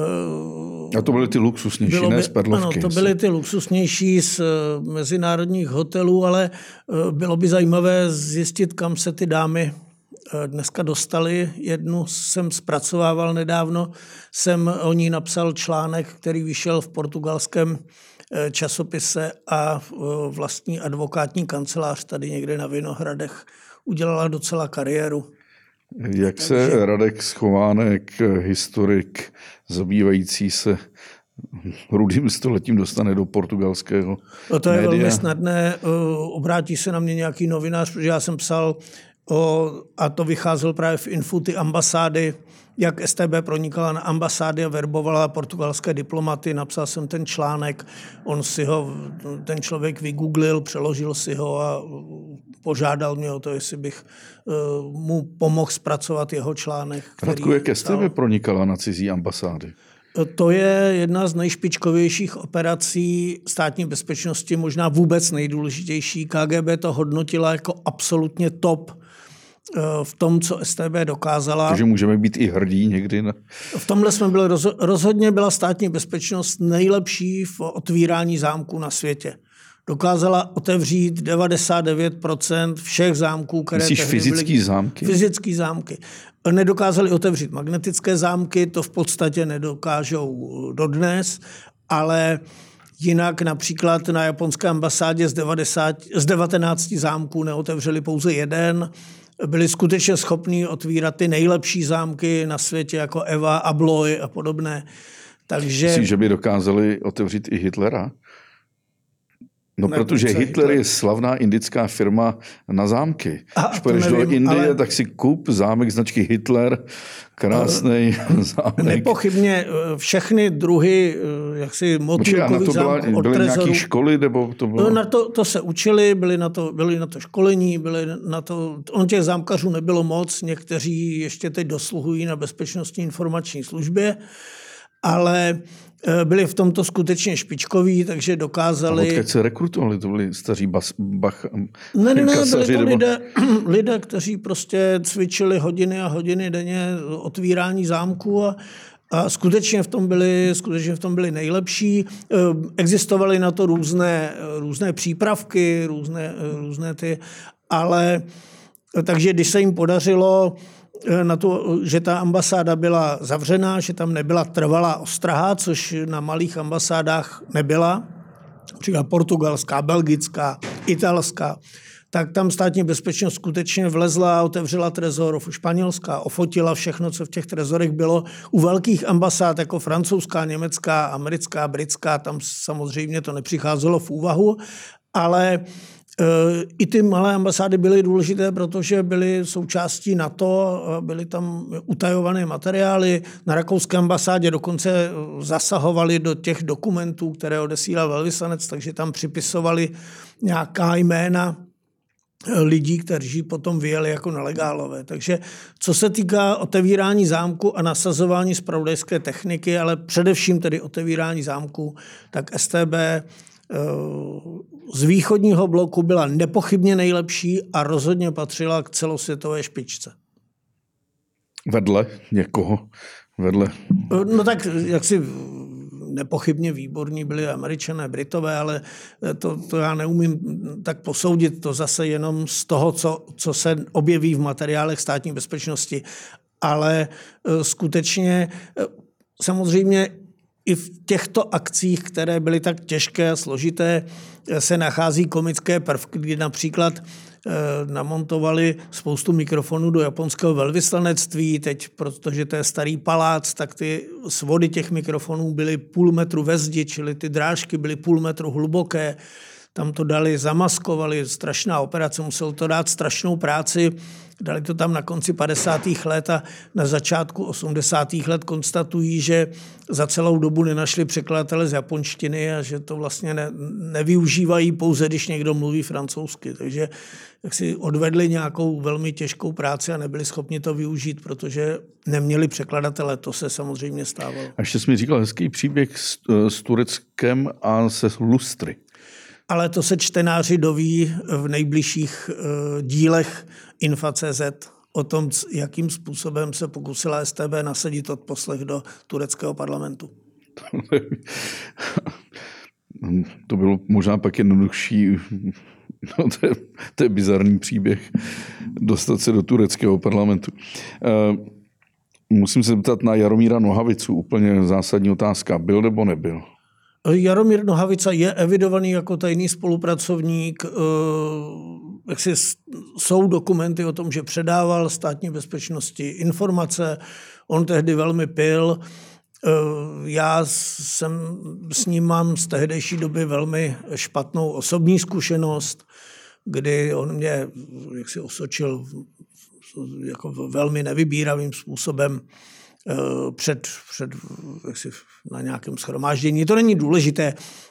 A to byly ty luxusnější, by, ne z Perlovky. Ano, to byly ty luxusnější z mezinárodních hotelů, ale bylo by zajímavé zjistit, kam se ty dámy dneska dostali. Jednu jsem zpracovával nedávno, jsem o ní napsal článek, který vyšel v portugalském časopise a vlastní advokátní kancelář tady někde na Vinohradech udělala docela kariéru. Jak se Takže... Radek Schovánek, historik zabývající se rudým stoletím, dostane do portugalského no to je média? Velmi snadné. Obrátí se na mě nějaký novinář, protože já jsem psal O, a to vycházelo právě v Infu, ty ambasády, jak S T B pronikala na ambasády a verbovala portugalské diplomaty. Napsal jsem ten článek, on si ho, ten člověk vygooglil, přeložil si ho a požádal mě o to, jestli bych uh, mu pomohl zpracovat jeho článek. Radku, jak S T B pronikala na cizí ambasády? To je jedna z nejšpičkovějších operací státní bezpečnosti, možná vůbec nejdůležitější. K G B to hodnotila jako absolutně top v tom, co S T B dokázala. Takže můžeme být i hrdí někdy. Na... V tomhle jsme byli rozhodně byla státní bezpečnost nejlepší v otvírání zámků na světě. Dokázala otevřít devadesát devět procent všech zámků, které Myslíš fyzický byly... zámky? Fyzický zámky. Nedokázali otevřít magnetické zámky, to v podstatě nedokážou dodnes, ale jinak například na japonské ambasádě z, devadesát, z devatenácti zámků neotevřeli pouze jeden. Byli skutečně schopní otvírat ty nejlepší zámky na světě, jako Eva, Abloy a podobné. Takže... Myslíš, že by dokázali otevřít i Hitlera? No, ne, protože Hitler, Hitler je slavná indická firma na zámky. A, Když půjdeš do Indie, ale... tak si kup zámek značky Hitler, krásný zámek. Nepochybně všechny druhy jaksi motýlkových zámků od byly trezoru. Byly nějaké školy? Nebo to, bylo... na to, to se učili, byli na to, byli na to školení, byli na to, on těch zámkařů nebylo moc, někteří ještě teď dosluhují na bezpečnostní informační službě, ale byli v tomto skutečně špičkoví, takže dokázali... A odkud se rekrutovali? To byli staří bas, bach, Ne, ne, ne, byli to nebo... lidé, lidé, kteří prostě cvičili hodiny a hodiny denně otvírání zámku a, a skutečně v tom byli, skutečně v tom byli nejlepší. Existovaly na to různé, různé přípravky, různé, různé ty, ale takže když se jim podařilo na to, že ta ambasáda byla zavřená, že tam nebyla trvalá ostraha, což na malých ambasádách nebyla, například portugalská, belgická, italská, tak tam státní bezpečnost skutečně vlezla, otevřela trezor, španělská, ofotila všechno, co v těch trezorech bylo. U velkých ambasád, jako francouzská, německá, americká, britská, tam samozřejmě to nepřicházelo v úvahu, ale i ty malé ambasády byly důležité, protože byly součástí NATO, byly tam utajované materiály. Na rakouské ambasádě dokonce zasahovali do těch dokumentů, které odesílal velvyslanec, takže tam připisovali nějaká jména lidí, kteří potom vyjeli jako nelegálové. Takže co se týká otevírání zámku a nasazování zpravodajské techniky, ale především tedy otevírání zámku, tak S T B z východního bloku byla nepochybně nejlepší a rozhodně patřila k celosvětové špičce. Vedle někoho? Vedle? No tak jak si nepochybně výborní byli Američané, Britové, ale to, to já neumím tak posoudit. To zase jenom z toho, co, co se objeví v materiálech státní bezpečnosti. Ale skutečně samozřejmě i v těchto akcích, které byly tak těžké a složité, se nachází komické prvky, kdy například namontovali spoustu mikrofonů do japonského velvyslanectví. Teď, protože to je starý palác, tak ty svody těch mikrofonů byly půl metru ve zdi, čili ty drážky byly půl metru hluboké. Tam to dali, zamaskovali, strašná operace, muselo to dát strašnou práci. Dali to tam na konci padesátých let a na začátku osmdesátých let konstatují, že za celou dobu nenašli překladatele z japonštiny a že to vlastně ne, nevyužívají pouze, když někdo mluví francouzsky. Takže jak si odvedli nějakou velmi těžkou práci a nebyli schopni to využít, protože neměli překladatele. To se samozřejmě stávalo. A ještě jsi mi říkal hezký příběh s, s Tureckem a se lustry. Ale to se čtenáři doví v nejbližších uh, dílech Infa tečka cé zet o tom, jakým způsobem se pokusila es té bé nasadit odposlech do tureckého parlamentu. To bylo možná pak jednodušší, no to, je, to je bizarní příběh, dostat se do tureckého parlamentu. Uh, musím se zeptat na Jaromíra Nohavicu, úplně zásadní otázka. Byl nebo nebyl? Jaromír Nohavica je evidovaný jako tajný spolupracovník. Jak si jsou dokumenty o tom, že předával státní bezpečnosti informace. On tehdy velmi pil. Já jsem s ním mám z tehdejší doby velmi špatnou osobní zkušenost, kdy on mě jaksi osočil jako velmi nevybíravým způsobem před, před jaksi na nějakém shromáždění. To není důležité.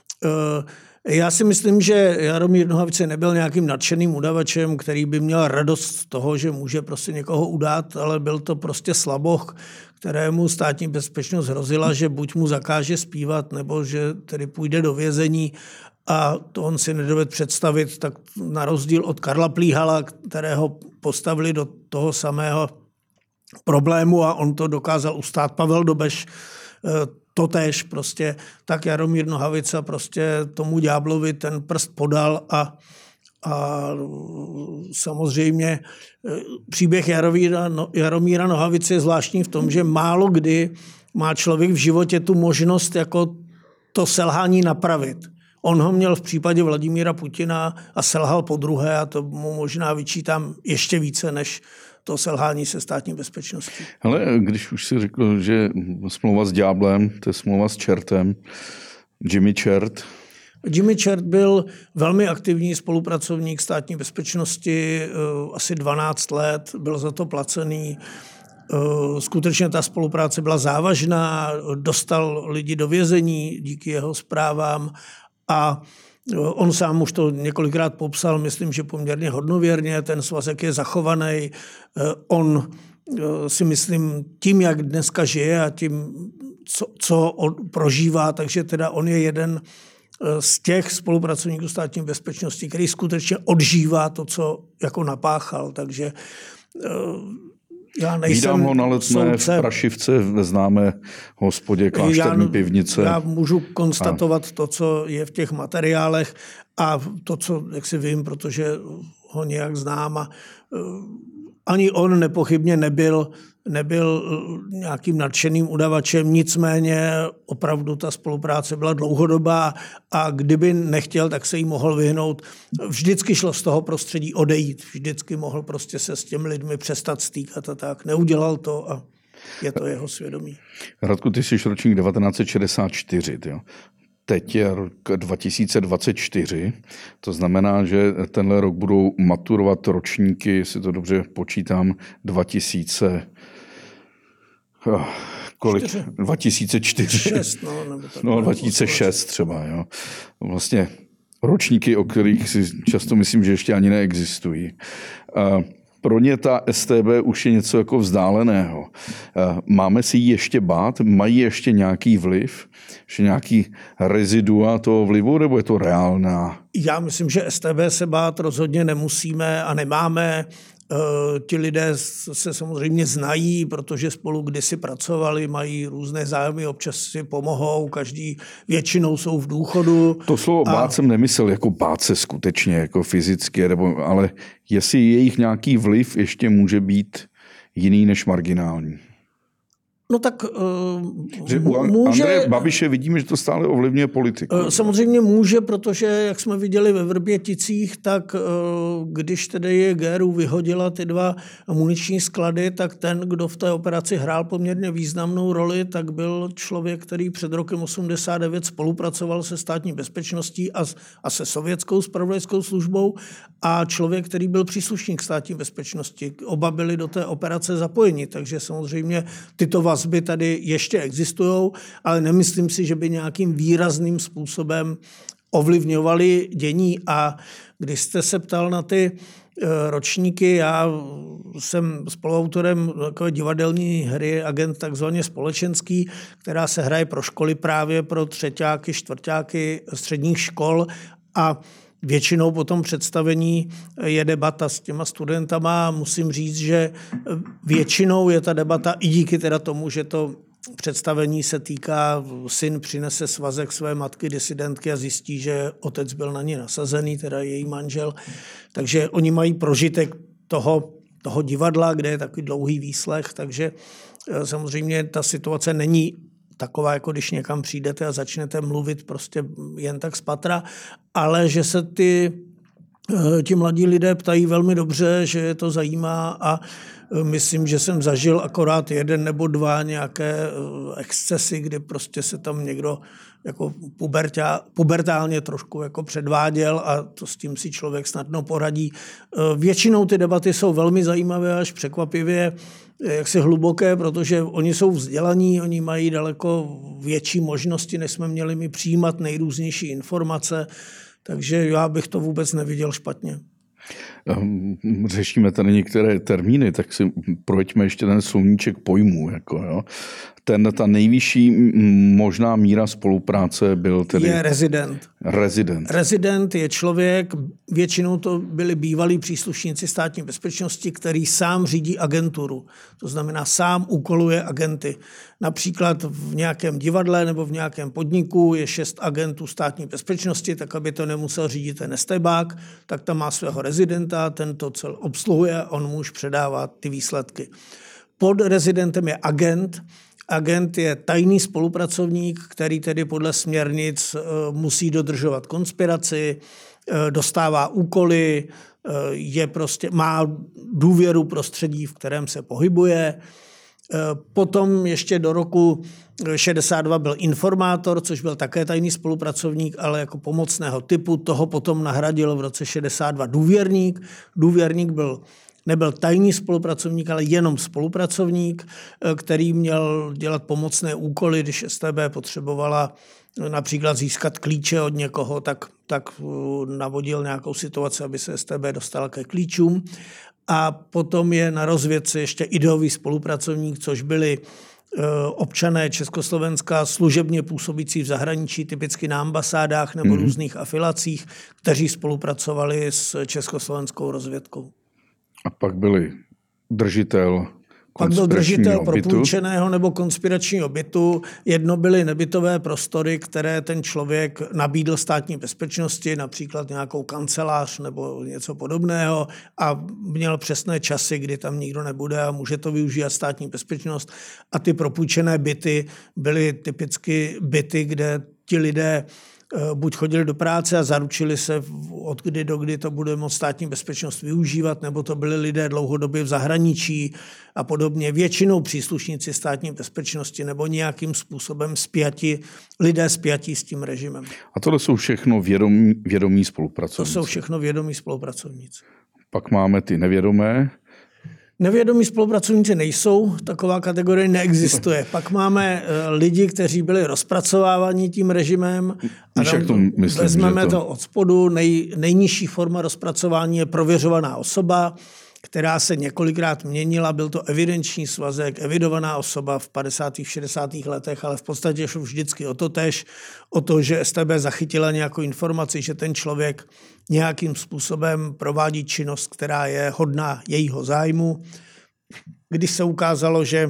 Já si myslím, že Jaromír Nohavica nebyl nějakým nadšeným udavačem, který by měl radost z toho, že může prostě někoho udát, ale byl to prostě slaboch, kterému státní bezpečnost hrozila, že buď mu zakáže zpívat, nebo že tedy půjde do vězení. A to on si nedovedl představit, tak na rozdíl od Karla Plíhala, kterého postavili do toho samého problému a on to dokázal ustát. Pavel Dobeš totéž prostě, tak Jaromír Nohavica prostě tomu ďáblovi ten prst podal a, a samozřejmě příběh Jaromíra, Jaromíra Nohavice je zvláštní v tom, že málo kdy má člověk v životě tu možnost jako to selhání napravit. On ho měl v případě Vladimíra Putina a selhal po druhé a to mu možná vyčítám ještě více než to selhání se státní bezpečností. Ale když už si řekl, že smlouva s ďáblem, to je smlouva s čertem, Jimmy Čert. Jimmy Čert byl velmi aktivní spolupracovník státní bezpečnosti, asi dvanáct let, byl za to placený. Skutečně ta spolupráce byla závažná, dostal lidi do vězení díky jeho zprávám a on sám už to několikrát popsal, myslím, že poměrně hodnověrně, ten svazek je zachovaný. On si myslím tím, jak dneska žije a tím, co, co prožívá, takže teda on je jeden z těch spolupracovníků státní bezpečnosti, který skutečně odžívá to, co jako napáchal, takže já nejsem Vídám ho na Letné soudce. V Prašivce ve známé hospodě Klášterní já, pivnice. Já můžu konstatovat a. to, co je v těch materiálech a to, co jak si vím, protože ho nějak znám. A, ani on nepochybně nebyl, nebyl nějakým nadšeným udavačem, nicméně opravdu ta spolupráce byla dlouhodobá a kdyby nechtěl, tak se jí mohl vyhnout. Vždycky šlo z toho prostředí odejít, vždycky mohl prostě se s těmi lidmi přestat stýkat a tak. Neudělal to a je to jeho svědomí. Radku, ty jsi ročník devatenáct set šedesát čtyři, tyjo. Teď je rok dva tisíce dvacet čtyři, to znamená, že tenhle rok budou maturovat ročníky, jestli to dobře počítám, dva tisíce... Oh, kolik? Čtyři. dva tisíce čtyři. Šest, no, nebo tak, no, dva tisíce šest třeba, jo. Vlastně ročníky, o kterých si často myslím, že ještě ani neexistují. pro ně ta S T B už je něco jako vzdáleného. Máme si ji ještě bát? Mají ještě nějaký vliv? Ještě nějaký rezidua toho vlivu, nebo je to reálná? Já myslím, že S T B se bát rozhodně nemusíme a nemáme. Ti lidé se samozřejmě znají, protože spolu kdysi pracovali, mají různé zájmy, občas si pomohou, každý většinou jsou v důchodu. To slovo a... bát jsem nemyslel jako bát se skutečně, jako fyzicky, nebo, ale jestli jejich nějaký vliv ještě může být jiný než marginální. No tak že u může... Andreje Babiše vidíme, že to stále ovlivňuje politiku. Samozřejmě může, protože, jak jsme viděli ve Vrběticích, tak když tedy je G R U vyhodila ty dva muniční sklady, tak ten, kdo v té operaci hrál poměrně významnou roli, tak byl člověk, který před rokem osmdesát devět spolupracoval se státní bezpečností a, a se sovětskou zpravodajskou službou a člověk, který byl příslušník státní bezpečnosti. Oba byli do té operace zapojeni, takže samozřejmě tyto vazby tady ještě existují, ale nemyslím si, že by nějakým výrazným způsobem ovlivňovali dění. A když jste se ptal na ty ročníky, já jsem spoluautorem takové divadelní hry Agent takzvaně společenský, která se hraje pro školy právě pro třeťáky, čtvrťáky středních škol a většinou po tom představení je debata s těma studentama. Musím říct, že většinou je ta debata i díky teda tomu, že to představení se týká, syn přinese svazek své matky disidentky a zjistí, že otec byl na ní nasazený, teda její manžel. Takže oni mají prožitek toho, toho divadla, kde je takový dlouhý výslech, takže samozřejmě ta situace není taková, jako když někam přijdete a začnete mluvit prostě jen tak z patra, ale že se ty, ti mladí lidé ptají velmi dobře, že je to zajímá a myslím, že jsem zažil akorát jeden nebo dva nějaké excesy, kdy prostě se tam někdo jako pubertá, pubertálně trošku jako předváděl a to s tím si člověk snadno poradí. Většinou ty debaty jsou velmi zajímavé, až překvapivě jaksi hluboké, protože oni jsou vzdělaní, oni mají daleko větší možnosti, než jsme měli my přijímat nejrůznější informace, takže já bych to vůbec neviděl špatně. Řešíme tady některé termíny, tak si projeďme ještě ten slovníček pojmů. Jako, jo. Ten, ta nejvyšší možná míra spolupráce byl tedy... Je rezident. Rezident. Rezident je člověk, většinou to byli bývalí příslušníci státní bezpečnosti, který sám řídí agenturu. To znamená, sám úkoluje agenty. Například v nějakém divadle nebo v nějakém podniku je šest agentů státní bezpečnosti, tak aby to nemusel řídit ten estébák, tak tam má svého rezidenta, ten to cel obsluhuje a on mu už předává ty výsledky. Pod rezidentem je agent. Agent je tajný spolupracovník, který tedy podle směrnic musí dodržovat konspiraci, dostává úkoly, je prostě, má důvěru prostředí, v kterém se pohybuje. Potom ještě do roku šedesát dva byl informátor, což byl také tajný spolupracovník, ale jako pomocného typu. Toho potom nahradil v roce šedesát dva důvěrník. Důvěrník byl nebyl tajný spolupracovník, ale jenom spolupracovník, který měl dělat pomocné úkoly, když S T B potřebovala například získat klíče od někoho, tak, tak navodil nějakou situaci, aby se S T B dostala ke klíčům. A potom je na rozvědce ještě ideový spolupracovník, což byli občané Československa služebně působící v zahraničí, typicky na ambasádách nebo mm-hmm. různých afilacích, kteří spolupracovali s československou rozvědkou. A pak byli držitel Pak byl držitel propůjčeného nebo konspiračního bytu. Jedno byly nebytové prostory, které ten člověk nabídl státní bezpečnosti, například nějakou kancelář nebo něco podobného a měl přesné časy, kdy tam nikdo nebude a může to využívat státní bezpečnost. A ty propůjčené byty byly typicky byty, kde ti lidé buď chodili do práce a zaručili se, od kdy do kdy to bude moct státní bezpečnost využívat, nebo to byli lidé dlouhodobě v zahraničí a podobně. Většinou příslušníci státní bezpečnosti nebo nějakým způsobem spjati, lidé spjatí s tím režimem. A tohle jsou všechno vědomí, vědomí spolupracovníci. To jsou všechno vědomí spolupracovníci. Pak máme ty nevědomé. Nevědomí spolupracovníci nejsou, taková kategorie neexistuje. Pak máme lidi, kteří byli rozpracováváni tím režimem. A Víš, jak to myslím, vezmeme že to... to od spodu. Nej, nejnižší forma rozpracování je prověřovaná osoba, která se několikrát měnila. Byl to evidenční svazek, evidovaná osoba v padesátých, šedesátých letech, ale v podstatě šlo vždycky o to též, o to, že S T B zachytila nějakou informaci, že ten člověk nějakým způsobem provádí činnost, která je hodná jejího zájmu. Když se ukázalo, že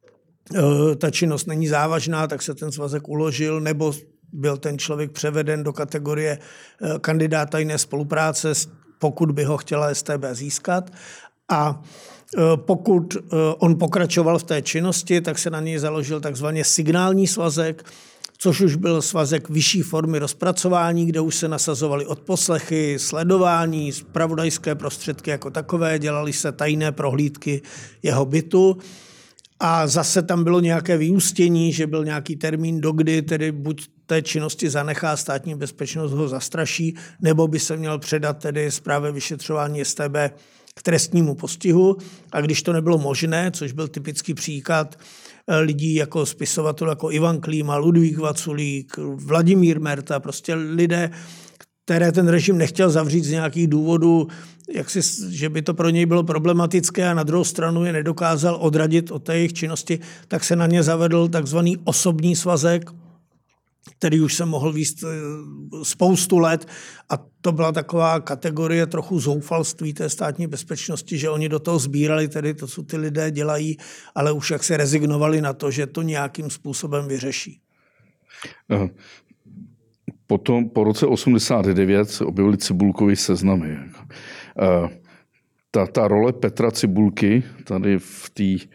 ta činnost není závažná, tak se ten svazek uložil, nebo byl ten člověk převeden do kategorie kandidát tajné spolupráce, pokud by ho chtěla S T B získat. A pokud on pokračoval v té činnosti, tak se na něj založil takzvaně signální svazek, což už byl svazek vyšší formy rozpracování, kde už se nasazovaly odposlechy, sledování, zpravodajské prostředky jako takové, dělaly se tajné prohlídky jeho bytu. A zase tam bylo nějaké vyústění, že byl nějaký termín, dokdy tedy buď té činnosti zanechá, státní bezpečnost ho zastraší, nebo by se měl předat tedy správě vyšetřování S T B k trestnímu postihu. A když to nebylo možné, což byl typický příklad lidí jako spisovatel, jako Ivan Klíma, Ludvík Vaculík, Vladimír Merta, prostě lidé, které ten režim nechtěl zavřít z nějakých důvodů, jak si, že by to pro něj bylo problematické a na druhou stranu je nedokázal odradit od té jejich činnosti, tak se na ně zavedl takzvaný osobní svazek, který už se mohl vést spoustu let a to byla taková kategorie trochu zoufalství té státní bezpečnosti, že oni do toho sbírali tedy to, co ty lidé dělají, ale už jak se rezignovali na to, že to nějakým způsobem vyřeší. Aha. Potom po roce osmdesát devět se objevily Cibulkovy seznamy. Ta, ta role Petra Cibulky tady v té...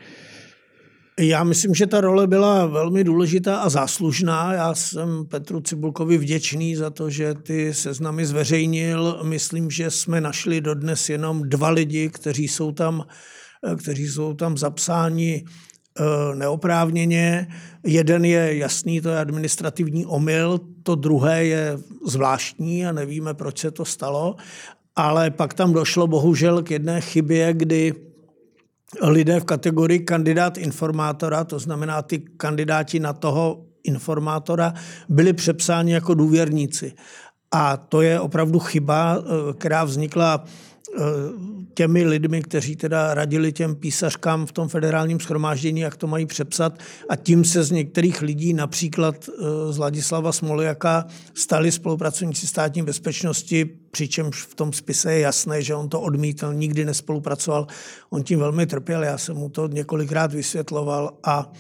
Já myslím, že ta role byla velmi důležitá a záslužná. Já jsem Petru Cibulkovi vděčný za to, že ty seznamy zveřejnil. Myslím, že jsme našli dodnes jenom dva lidi, kteří jsou tam, kteří jsou tam zapsáni neoprávněně. Jeden je jasný, to je administrativní omyl, to druhé je zvláštní a nevíme, proč se to stalo, ale pak tam došlo bohužel k jedné chybě, kdy lidé v kategorii kandidát informátora, to znamená ty kandidáti na toho informátora, byli přepsáni jako důvěrníci. A to je opravdu chyba, která vznikla těmi lidmi, kteří teda radili těm písařkám v tom federálním shromáždění, jak to mají přepsat. A tím se z některých lidí, například z Ladislava Smoljaka, stali spolupracovníci státní bezpečnosti, přičemž v tom spise je jasné, že on to odmítl, nikdy nespolupracoval. On tím velmi trpěl, já jsem mu to několikrát vysvětloval a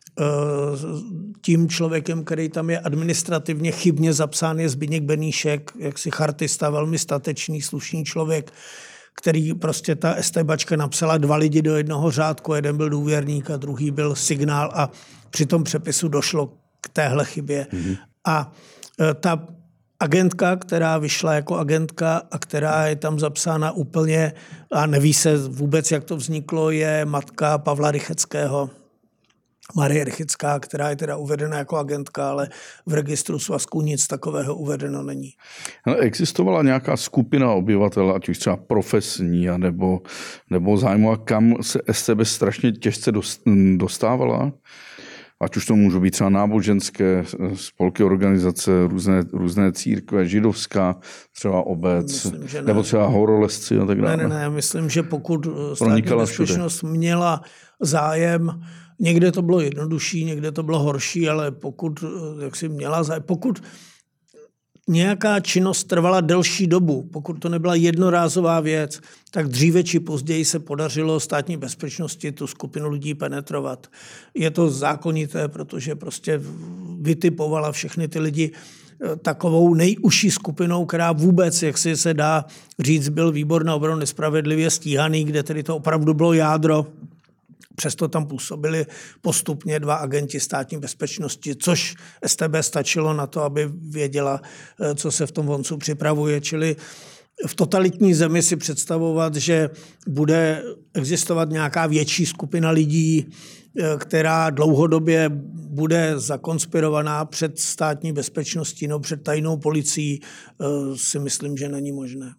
tím člověkem, který tam je administrativně chybně zapsán, je Zbyněk Beníšek, jaksi chartista, velmi statečný, slušný člověk, který prostě ta STBačka napsala dva lidi do jednoho řádku, jeden byl důvěrník a druhý byl signál a při tom přepisu došlo k téhle chybě. Mm-hmm. A ta agentka, která vyšla jako agentka a která je tam zapsána úplně a neví se vůbec, jak to vzniklo, je matka Pavla Rycheckého, Marie Rychecká, která je teda uvedena jako agentka, ale v registru svazků nic takového uvedeno není. Existovala nějaká skupina obyvatel, ať už třeba profesní, nebo, nebo zájmová, kam se S T B strašně těžce dostávala? Ať už to můžou být třeba náboženské spolky, organizace, různé, různé církve, židovská třeba obec, myslím, nebo třeba horolezci a tak dále. Ne, ne, ne, myslím, že pokud státní bezpečnost všude měla zájem, někde to bylo jednodušší, někde to bylo horší, ale pokud, jak si měla zájem, pokud nějaká činnost trvala delší dobu, pokud to nebyla jednorázová věc, tak dříve či později se podařilo státní bezpečnosti tu skupinu lidí penetrovat. Je to zákonité, protože prostě vytipovala všechny ty lidi takovou nejužší skupinou, která vůbec, jak si se dá říct, byl výbor na obranu nespravedlivě stíhaný, kde tedy to opravdu bylo jádro. Přesto tam působili postupně dva agenti státní bezpečnosti, což S T B stačilo na to, aby věděla, co se v tom voncu připravuje. Čili v totalitní zemi si představovat, že bude existovat nějaká větší skupina lidí, která dlouhodobě bude zakonspirovaná před státní bezpečností nebo před tajnou policií, si myslím, že není možné.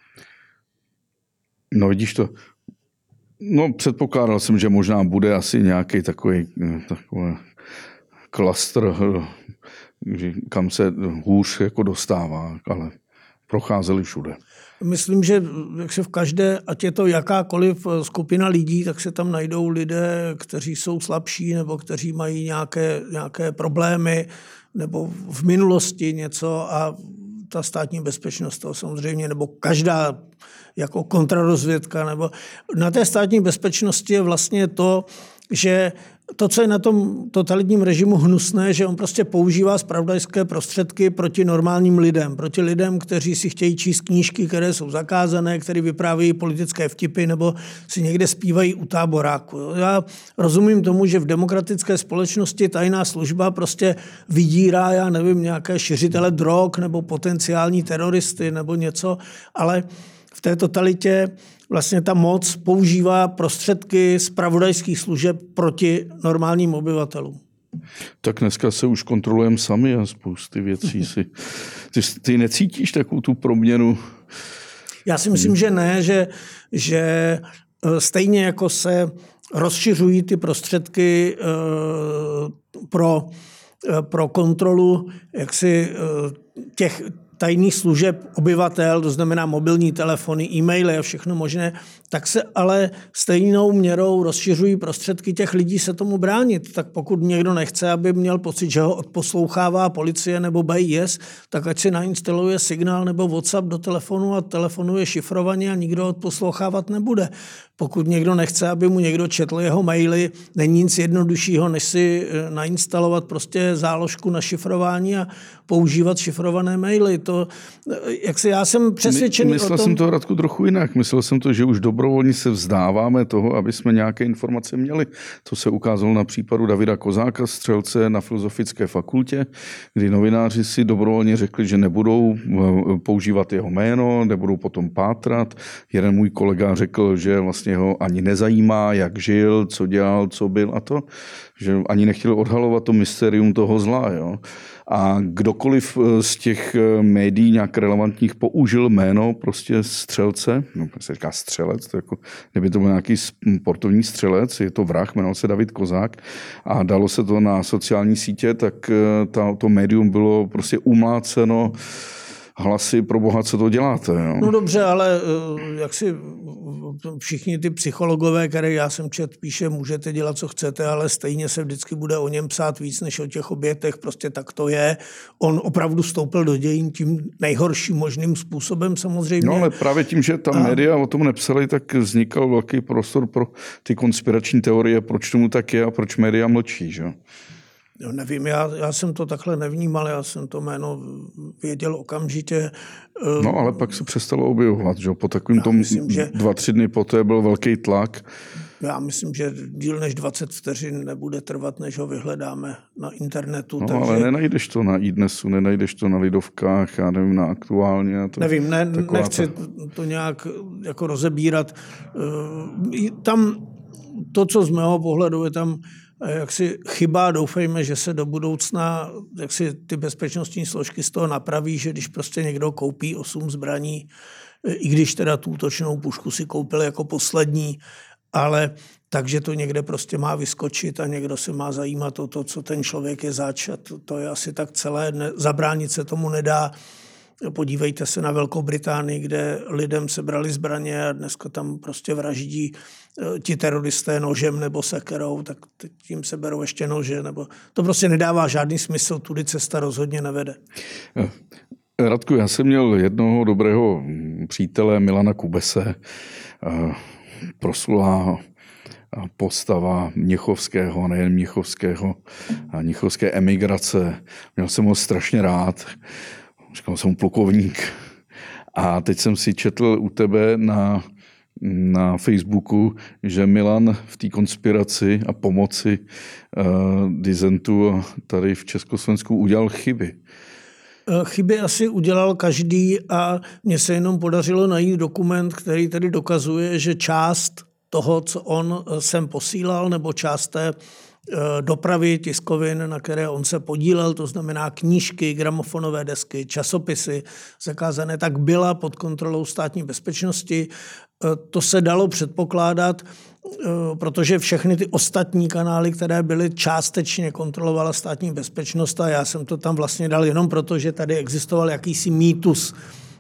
No vidíš to. No, předpokládal jsem, že možná bude asi nějaký takový, takový klastr, kam se hůř jako dostává, ale procházeli všude. Myslím, že jak se v každé, ať je to jakákoliv skupina lidí, tak se tam najdou lidé, kteří jsou slabší nebo kteří mají nějaké, nějaké problémy nebo v minulosti něco a ta státní bezpečnost to samozřejmě, nebo každá jako kontrarozvědka, nebo na té státní bezpečnosti je vlastně to, že to, co je na tom totalitním režimu hnusné, že on prostě používá zpravodajské prostředky proti normálním lidem, proti lidem, kteří si chtějí číst knížky, které jsou zakázané, které vyprávějí politické vtipy nebo si někde zpívají u táboráku. Já rozumím tomu, že v demokratické společnosti tajná služba prostě vydírá, já nevím, nějaké šiřitele drog nebo potenciální teroristy nebo něco, ale v té totalitě vlastně ta moc používá prostředky zpravodajských služeb proti normálním obyvatelům. Tak dneska se už kontrolujeme sami a spousty věcí si... Ty, ty necítíš takovou tu proměnu? Já si myslím, že ne, že, že stejně jako se rozšiřují ty prostředky pro, pro kontrolu jaksi těch tajných služeb obyvatel, to znamená mobilní telefony, e-maily a všechno možné, tak se ale stejnou měrou rozšiřují prostředky těch lidí se tomu bránit. Tak pokud někdo nechce, aby měl pocit, že ho odposlouchává policie nebo B I S, tak ať si nainstaluje Signál nebo WhatsApp do telefonu a telefonuje šifrovaně a nikdo odposlouchávat nebude. Pokud někdo nechce, aby mu někdo četl jeho maily, není nic jednoduššího, než si nainstalovat prostě záložku na šifrování a používat šifrované maily. To, jak si já jsem přesvědčený My, myslel o tom... Myslel jsem to, Radku, trochu jinak. Myslel jsem to, že už dobrovolně se vzdáváme toho, aby jsme nějaké informace měli. To se ukázalo na případu Davida Kozáka, střelce na Filozofické fakultě, kdy novináři si dobrovolně řekli, že nebudou používat jeho jméno, nebudou potom pátrat. Jeden můj kolega řekl, že vlastně ho ani nezajímá, jak žil, co dělal, co byl a to, že ani nechtěli odhalovat to mysterium toho zla. Jo. A kdokoliv z těch médií nějak relevantních použil jméno prostě střelce, no se říká střelec, to jako, kdyby to byl nějaký sportovní střelec, je to vrah, jmenoval se David Kozák a dalo se to na sociální sítě, tak ta, to médium bylo prostě umláceno hlasy, pro boha, co to děláte. Jo? No dobře, ale jak si všichni ty psychologové, které já jsem čet, píše, můžete dělat, co chcete, ale stejně se vždycky bude o něm psát víc, než o těch obětech. Prostě tak to je. On opravdu vstoupil do dějin tím nejhorším možným způsobem samozřejmě. No ale právě tím, že ta a... média o tom nepsali, tak vznikal velký prostor pro ty konspirační teorie, proč tomu tak je a proč média mlčí, že? Jo, nevím, já, já jsem to takhle nevnímal, já jsem to jméno věděl okamžitě. No ale pak se přestalo objevovat, že po takovým tom myslím, že... dva, tři dny poté byl velký tlak. Já myslím, že díl než dvacet vteřin nebude trvat, než ho vyhledáme na internetu. No takže... ale nenajdeš to na iDnesu, nenajdeš to na Lidovkách, já nevím, na Aktuálně. To, nevím, ne, nechci ta... to nějak jako rozebírat. Tam to, co z mého pohledu je tam jaksi chyba, doufejme, že se do budoucna jaksi ty bezpečnostní složky z toho napraví, že když prostě někdo koupí osm zbraní, i když teda tu útočnou pušku si koupil jako poslední, ale takže to někde prostě má vyskočit a někdo se má zajímat o to, co ten člověk je zač. A to, to je asi tak celé. Ne, zabránit se tomu nedá. Podívejte se na Velkou Británii, kde lidem sebrali zbraně a dneska tam prostě vraždí ti teroristé nožem nebo sekerou, tak tím se berou ještě nože. Nebo... To prostě nedává žádný smysl, tudy cesta rozhodně nevede. Radku, já jsem měl jednoho dobrého přítele, Milana Kubese, proslulá postava Mnichovského, nejen Mnichovského, a mnichovské emigrace. Měl jsem ho strašně rád. Říkal jsem mu plukovník. A teď jsem si četl u tebe na, na Facebooku, že Milan v té konspiraci a pomoci uh, disentu tady v Československu udělal chyby. Chyby asi udělal každý a mně se jenom podařilo najít dokument, který tedy dokazuje, že část toho, co on sem posílal, nebo část té dopravy tiskovin, na které on se podílel, to znamená knížky, gramofonové desky, časopisy zakázané, tak byla pod kontrolou státní bezpečnosti. To se dalo předpokládat, protože všechny ty ostatní kanály, které byly částečně kontrolovala státní bezpečnost, a já jsem to tam vlastně dal jenom proto, že tady existoval jakýsi mýtus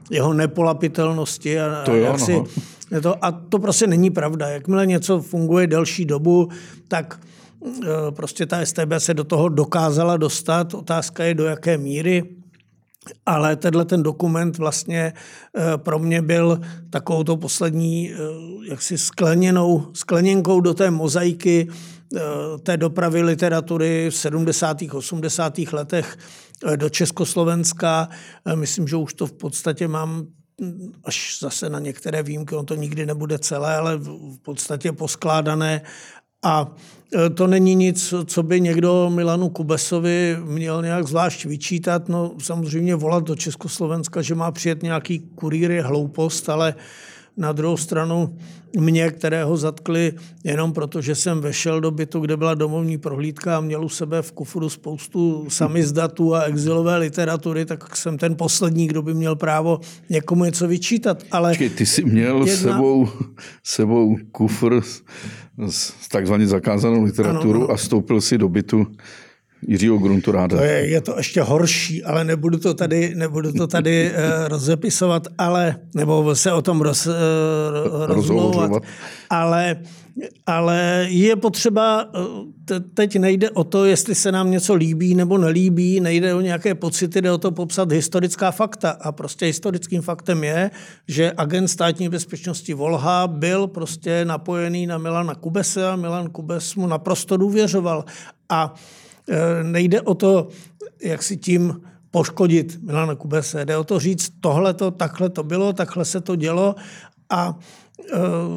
jeho nepolapitelnosti. A, to jo, jak si, to, a to prostě není pravda. Jakmile něco funguje delší dobu, tak prostě ta S T B se do toho dokázala dostat. Otázka je, do jaké míry. Ale tenhle ten dokument vlastně pro mě byl takovou to poslední jaksi skleněnou, skleněnkou do té mozaiky té dopravy literatury v sedmdesátých osmdesátých letech do Československa. Myslím, že už to v podstatě mám až zase na některé výjimky, on to nikdy nebude celé, ale v podstatě poskládané. A to není nic, co by někdo Milanu Kubesovi měl nějak zvlášť vyčítat. No samozřejmě volat do Československa, že má přijet nějaký kurýr, je hloupost, ale na druhou stranu mě, kterého zatkli jenom proto, že jsem vešel do bytu, kde byla domovní prohlídka a měl u sebe v kufru spoustu samizdatů a exilové literatury, tak jsem ten poslední, kdo by měl právo někomu něco vyčítat. Ale Počkej, ty jsi měl jedna... sebou, sebou kufr s, s takzvaně zakázanou literaturu ano, ano. a vstoupil si do bytu Jiřího Gruntoráda. To je, je to ještě horší, ale nebudu to tady, nebudu to tady uh, rozepisovat, ale, nebo se o tom roz, uh, rozmlouvat. Ale, ale je potřeba, te, teď nejde o to, jestli se nám něco líbí nebo nelíbí, nejde o nějaké pocity, jde o to popsat historická fakta. A prostě historickým faktem je, že agent státní bezpečnosti Volha byl prostě napojený na Milana Kubese a Milan Kubes mu naprosto důvěřoval. A nejde o to, jak si tím poškodit Milana Kubese. Jde o to říct, tohle to, takhle to bylo, takhle se to dělo. A e,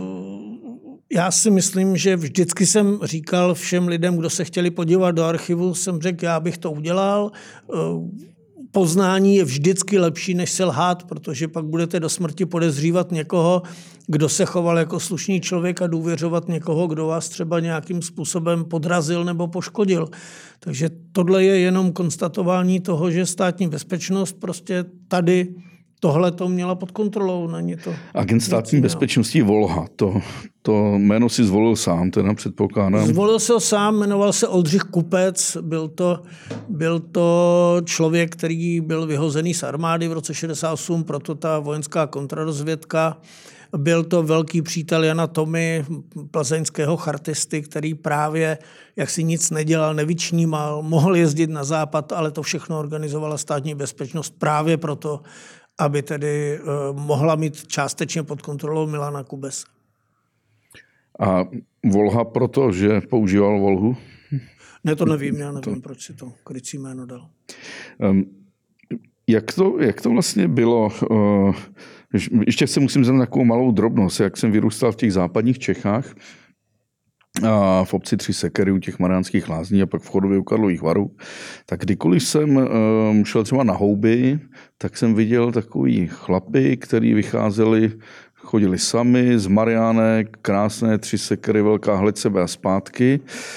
já si myslím, že vždycky jsem říkal všem lidem, kdo se chtěli podívat do archivu, jsem řekl, já bych to udělal. E, poznání je vždycky lepší, než se lhát, protože pak budete do smrti podezřívat někoho, kdo se choval jako slušný člověk a důvěřovat někoho, kdo vás třeba nějakým způsobem podrazil nebo poškodil. Takže tohle je jenom konstatování toho, že státní bezpečnost prostě tady tohle to měla pod kontrolou. Není to agent státní bezpečnosti Volha, to, to jméno si zvolil sám, teda předpokládám. Zvolil se ho sám, jmenoval se Oldřich Kupec, byl to, byl to člověk, který byl vyhozený z armády v roce šedesát osm, proto ta vojenská kontrarozvědka. Byl to velký přítel Jana Tomy, plzeňského chartisty, který právě, jak si nic nedělal, nevyčnímal, mohl jezdit na západ, ale to všechno organizovala státní bezpečnost právě proto, aby tedy uh, mohla mít částečně pod kontrolou Milana Kubese. A Volha proto, že používal Volhu? Ne, to nevím, já nevím, to... proč si to krycí jméno dal. Um, jak, to, jak to vlastně bylo? Uh, ještě se musím zeptat takovou malou drobnost. Jak jsem vyrůstal v těch západních Čechách, a v obci Tři Sekery u těch Mariánských Lázní a pak v Chodově u Karlových Varů, tak kdykoliv jsem um, šel třeba na houby, tak jsem viděl takový chlapy, který vycházeli, chodili sami z Mariánek, krásné Tři Sekery, velká hled sebe a zpátky.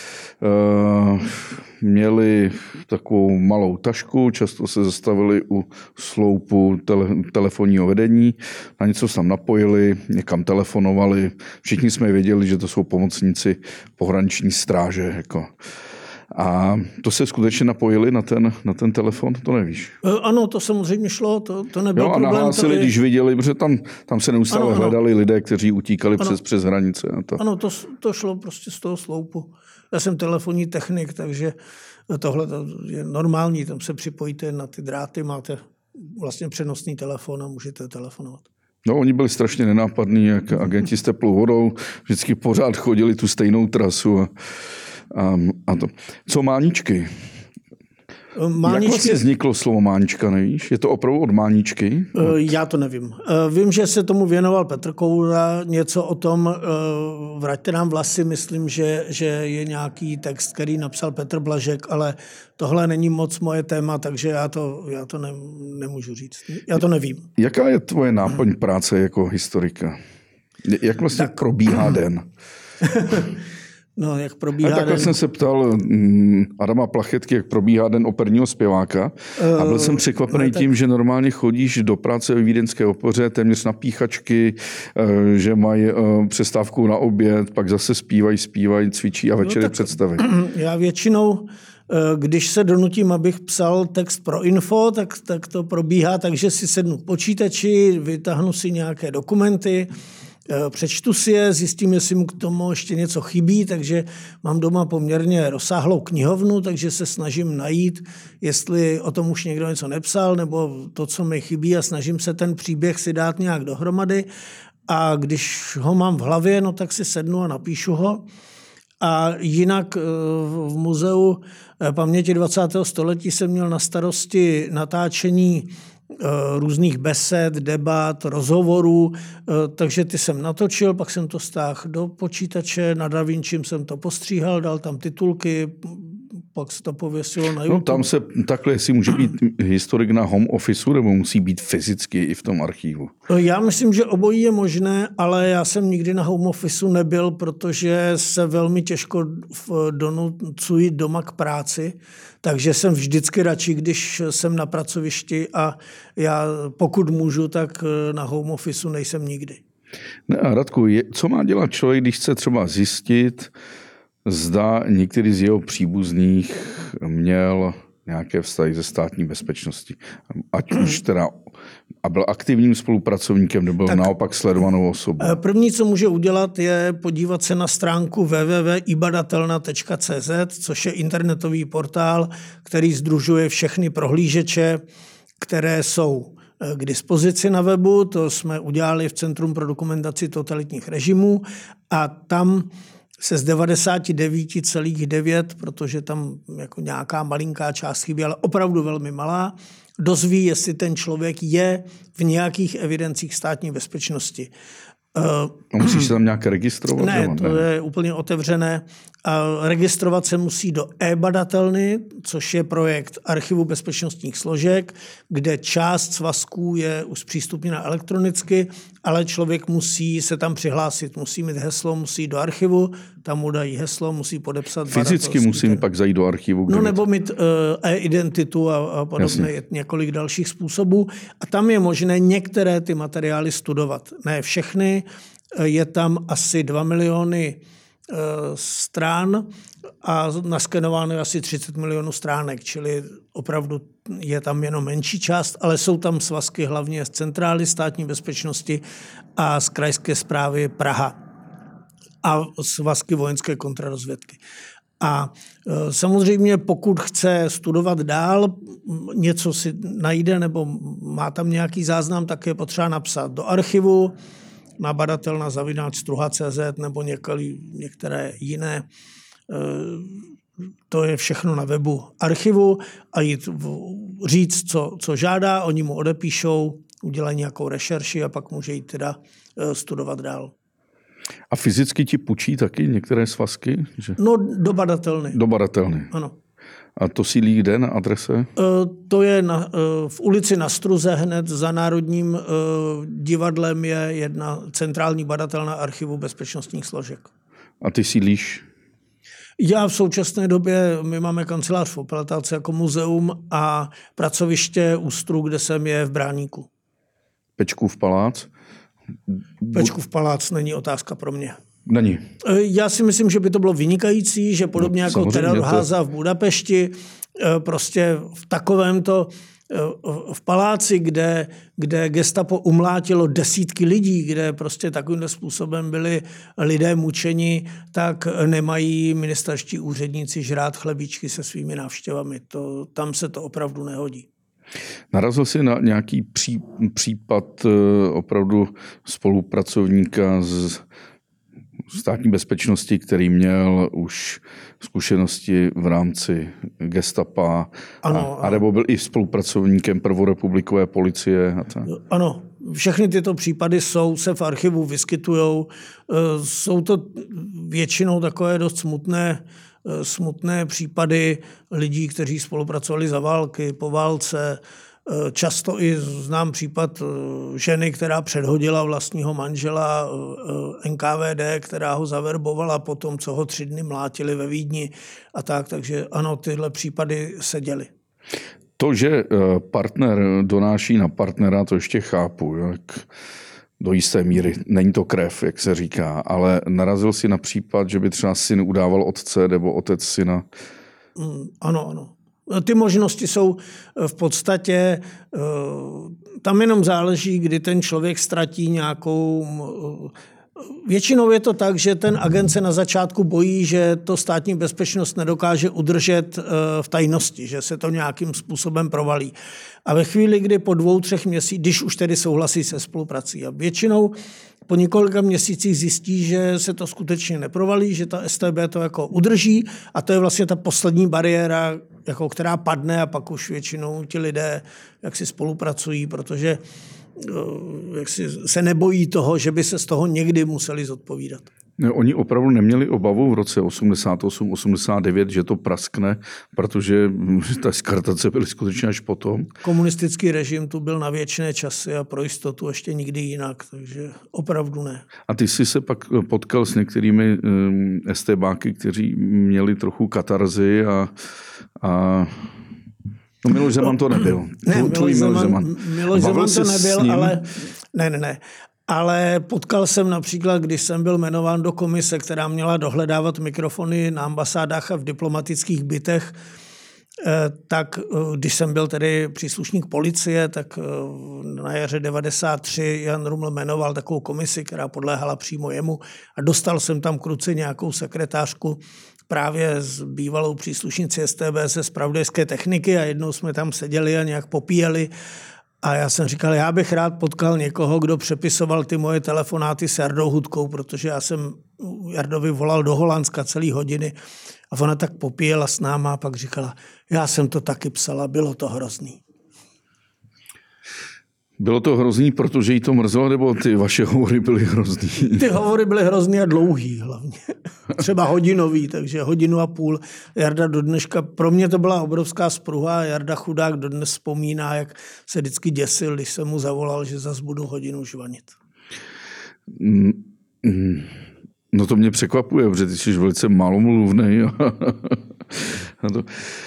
Uh, měli takovou malou tašku, často se zastavili u sloupu tele, telefonního vedení, na něco se tam napojili, někam telefonovali. Všichni jsme věděli, že to jsou pomocníci pohraniční stráže. Jako. A to se skutečně napojili na ten, na ten telefon, to nevíš? Ano, to samozřejmě šlo, to, to nebyl jo, a problém. A nahlásili, je... když viděli, protože tam, tam se neustále ano, hledali ano. lidé, kteří utíkali přes, přes hranice. A to. Ano, to, to šlo prostě z toho sloupu. Já jsem telefonní technik, takže tohle je normální, tam se připojíte na ty dráty, máte vlastně přenosný telefon a můžete telefonovat. No, oni byli strašně nenápadní, jak agenti s teplou vodou, vždycky pořád chodili tu stejnou trasu a, a, a to. Co máničky? Máničky... Jak vlastně vzniklo slovo mánička, nevíš? Je to opravdu od máničky? Já to nevím. Vím, že se tomu věnoval Petr Koura, něco o tom, vraťte nám vlasy, myslím, že, že je nějaký text, který napsal Petr Blažek, ale tohle není moc moje téma, takže já to, já to ne, nemůžu říct. Já to nevím. Jaká je tvoje náplň práce jako historika? Jak vlastně tak probíhá den? No, jak probíhá takhle den... jsem se ptal um, Adama Plachetky, jak probíhá den operního zpěváka uh, a byl jsem překvapený no, tak... tím, že normálně chodíš do práce ve Vídeňské opeře, téměř na píchačky, uh, že mají uh, přestávku na oběd, pak zase zpívají, zpívají, cvičí a večer je no, představí. Já většinou, když se donutím, abych psal text pro info, tak, tak to probíhá tak, že si sednu k počítači, vytáhnu si nějaké dokumenty, přečtu si je, zjistím, jestli mu k tomu ještě něco chybí, takže mám doma poměrně rozsáhlou knihovnu, takže se snažím najít, jestli o tom už někdo něco nepsal, nebo to, co mi chybí, a snažím se ten příběh si dát nějak dohromady. A když ho mám v hlavě, no tak si sednu a napíšu ho. A jinak v Muzeu paměti dvacátého století jsem měl na starosti natáčení různých besed, debat, rozhovorů, takže ty jsem natočil, pak jsem to stáhl do počítače, na DaVincim jsem to postříhal, dal tam titulky, pak se to pověsilo na YouTube. No tam se takhle, jestli může být historik na home officeu, nebo musí být fyzicky i v tom archivu? Já myslím, že obojí je možné, ale já jsem nikdy na home officeu nebyl, protože se velmi těžko donucuji doma k práci, takže jsem vždycky radši, když jsem na pracovišti, a já pokud můžu, tak na home officeu nejsem nikdy. Ne, a Radku, je, co má dělat člověk, když chce třeba zjistit, zda některý z jeho příbuzných měl nějaké vztahy ze státní bezpečnosti. Ať už teda a byl aktivním spolupracovníkem, nebo byl tak naopak sledovanou osobou. První, co může udělat, je podívat se na stránku w w w tečka i badatelna tečka c z, což je internetový portál, který sdružuje všechny prohlížeče, které jsou k dispozici na webu. To jsme udělali v Centrum pro dokumentaci totalitních režimů a tam se z devadesát devět celá devět, protože tam jako nějaká malinká část chybí, ale opravdu velmi malá, dozví, jestli ten člověk je v nějakých evidencích státní bezpečnosti. A musíš se tam nějak registrovat? Ne, to ne? je úplně otevřené. A registrovat se musí do e-badatelny, což je projekt Archivu bezpečnostních složek, kde část svazků je už zpřístupněna elektronicky, ale člověk musí se tam přihlásit, musí mít heslo, musí jít do archivu, tam mu dají heslo, musí podepsat. Fyzicky musím ten... pak zajít do archivu? No nebo mít uh, e-identitu a, a podobně, je několik dalších způsobů. A tam je možné některé ty materiály studovat. Ne všechny, je tam asi dva miliony strán a naskenováno je asi třicet milionů stránek, čili opravdu je tam jenom menší část, ale jsou tam svazky hlavně z centrály státní bezpečnosti a z krajské správy Praha a svazky vojenské kontrarozvědky. A samozřejmě pokud chce studovat dál, něco si najde nebo má tam nějaký záznam, tak je potřeba napsat do archivu na badatelna zavináč struha tečka cé zet nebo několik, některé jiné. To je všechno na webu archivu a jít říct, co, co žádá, oni mu odepíšou, udělají nějakou rešerši a pak může jít teda studovat dál. A fyzicky ti půjčí taky některé svazky? Že? No do badatelny. Do badatelny. Ano. A to sídlí kde na adrese? To je na, v ulici Na Struze, hned za Národním divadlem je jedna centrální badatelna Archivu bezpečnostních složek. A ty sídlíš? Já v současné době, my máme kancelář v Opeltáce jako muzeum a pracoviště ÚSTRu, kde jsem, je v Bráníku. Pečkův palác? Pečkův palác není otázka pro mě. Není. Já si myslím, že by to bylo vynikající, že podobně no, jako terorháza to... v Budapešti, prostě v takovémto, v paláci, kde, kde gestapo umlátilo desítky lidí, kde prostě takovým způsobem byli lidé mučeni, tak nemají ministerští úředníci žrát chlebíčky se svými návštěvami. To, tam se to opravdu nehodí. Narazil jsi na nějaký pří, případ opravdu spolupracovníka z státní bezpečnosti, který měl už zkušenosti v rámci gestapa, ano, a, a nebo byl i spolupracovníkem prvorepublikové policie? A tak. Ano, všechny tyto případy jsou, se v archivu vyskytujou. Jsou to většinou takové dost smutné, smutné případy lidí, kteří spolupracovali za války, po válce, Často i znám případ ženy, která předhodila vlastního manžela N K V D, která ho zaverbovala po tom, co ho tři dny mlátili ve Vídni a tak. Takže ano, tyhle případy se děly. To, že partner donáší na partnera, to ještě chápu, jak do jisté míry. Není to krev, jak se říká, ale narazil si na případ, že by třeba syn udával otce nebo otec syna? Mm, ano, ano. Ty možnosti jsou v podstatě, tam jenom záleží, kdy ten člověk ztratí nějakou... Většinou je to tak, že ten agent se na začátku bojí, že to státní bezpečnost nedokáže udržet v tajnosti, že se to nějakým způsobem provalí. A ve chvíli, kdy po dvou, třech měsících, když už tedy souhlasí se spoluprací, a většinou po několika měsících zjistí, že se to skutečně neprovalí, že ta S T B to jako udrží a to je vlastně ta poslední bariéra, jako která padne a pak už většinou ti lidé jak si spolupracují, protože jak si se nebojí toho, že by se z toho někdy museli zodpovídat. Ne, oni opravdu neměli obavu v roce osmdesát osm osmdesát devět, že to praskne, protože ta skartace byly skutečně až potom. Komunistický režim tu byl na věčné časy a pro jistotu ještě nikdy jinak, takže opravdu ne. A ty jsi se pak potkal s některými STBáky, kteří měli trochu katarzy a... a... No, Miloš Zeman to nebyl. Ne, Miloš Zeman, Zeman. Miloš Zeman to nebyl, ale... Ne, ne, ne. Ale potkal jsem například, když jsem byl jmenován do komise, která měla dohledávat mikrofony na ambasádách a v diplomatických bytech, tak když jsem byl tedy příslušník policie, tak na jaře devadesát tři Jan Ruml jmenoval takovou komisi, která podléhala přímo jemu a dostal jsem tam k ruce nějakou sekretářku právě s bývalou příslušnicí S T B ze zpravodajské techniky a jednou jsme tam seděli a nějak popíjeli. A já jsem říkal, já bych rád potkal někoho, kdo přepisoval ty moje telefonáty s Jardou Hudkou, protože já jsem Jardovi volal do Holandska celý hodiny a ona tak popíjela s náma a pak říkala, já jsem to taky psala, bylo to hrozný. Bylo to hrozný, protože jí to mrzelo, nebo ty vaše hovory byly hrozný? Ty hovory byly hrozný a dlouhý hlavně. Třeba hodinový, takže hodinu a půl. Jarda do dneška, pro mě to byla obrovská spruha a Jarda chudák dodnes vzpomíná, jak se vždycky děsil, když jsem mu zavolal, že zas budu hodinu žvanit. No to mě překvapuje, protože ty jsi velice malomluvnej. to,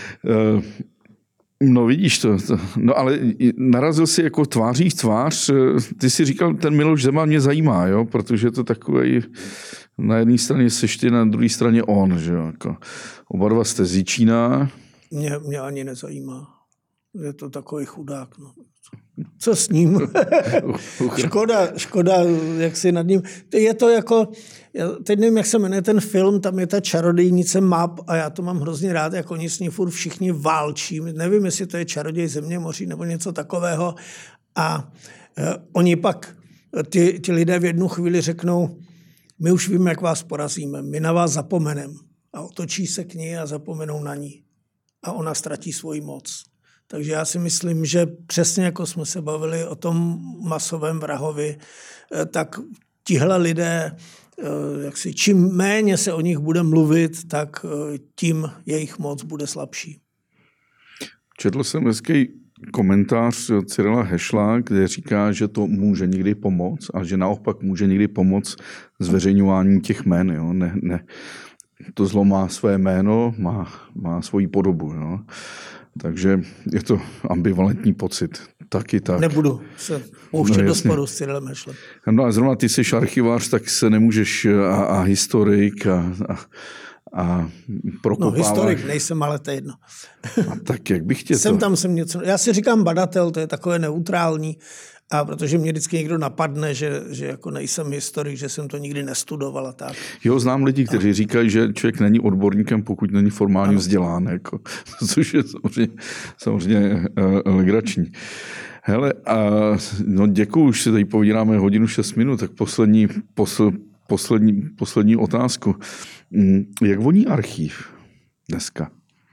No vidíš to, to. No ale narazil si jako tváří v tvář. Ty si říkal, ten Miloš Zeman mě zajímá, jo? Protože to takový na jedné straně seš ty, na druhé straně on. Že jo? Jako, oba dva jste z Jičína. Mě, mě ani nezajímá. Je to takový chudák. No. Co s ním? škoda, škoda, jak si nad ním. Je to jako, teď nevím, jak se jmenuje ten film, tam je ta čarodejnice Map a já to mám hrozně rád, jak oni s ní furt všichni válčí. Nevím, jestli to je čaroděj země moří nebo něco takového. A eh, oni pak, ti, ti lidé v jednu chvíli řeknou, my už víme, jak vás porazíme, my na vás zapomeneme. A otočí se k ní a zapomenou na ní. A ona ztratí svoji moc. Takže já si myslím, že přesně jako jsme se bavili o tom masovém vrahovi, tak tihle lidé, jak si, čím méně se o nich bude mluvit, tak tím jejich moc bude slabší. Četl jsem hezký komentář Cyrila Hešla, kde říká, že to může někdy pomoct a že naopak může někdy pomoct zveřejňování těch jmén. Jo? Ne, ne. To zlo má své jméno, má, má svoji podobu. Jo? Takže je to ambivalentní pocit. Taky tak. Nebudu se pouštět no, do sporu s Cyrilem Hešlem. No a zrovna ty jsi archivář, tak se nemůžeš a, a historik a, a, a prokopáváš. No historik nejsem, ale to je jedno. A tak jak bych tě jsem to... tam jsem něco... Já si říkám badatel, to je takové neutrální. A protože mě vždycky někdo napadne, že, že jako nejsem historik, že jsem to nikdy nestudoval a tak. Jo, znám lidi, kteří říkají, že člověk není odborníkem, pokud není formálně ano. vzdělán, jako, což je samozřejmě, samozřejmě uh, legrační. Hele, uh, no děkuju, už si tady povídáme hodinu šest minut, tak poslední, posl, poslední, poslední otázku. Jak voní archív dneska?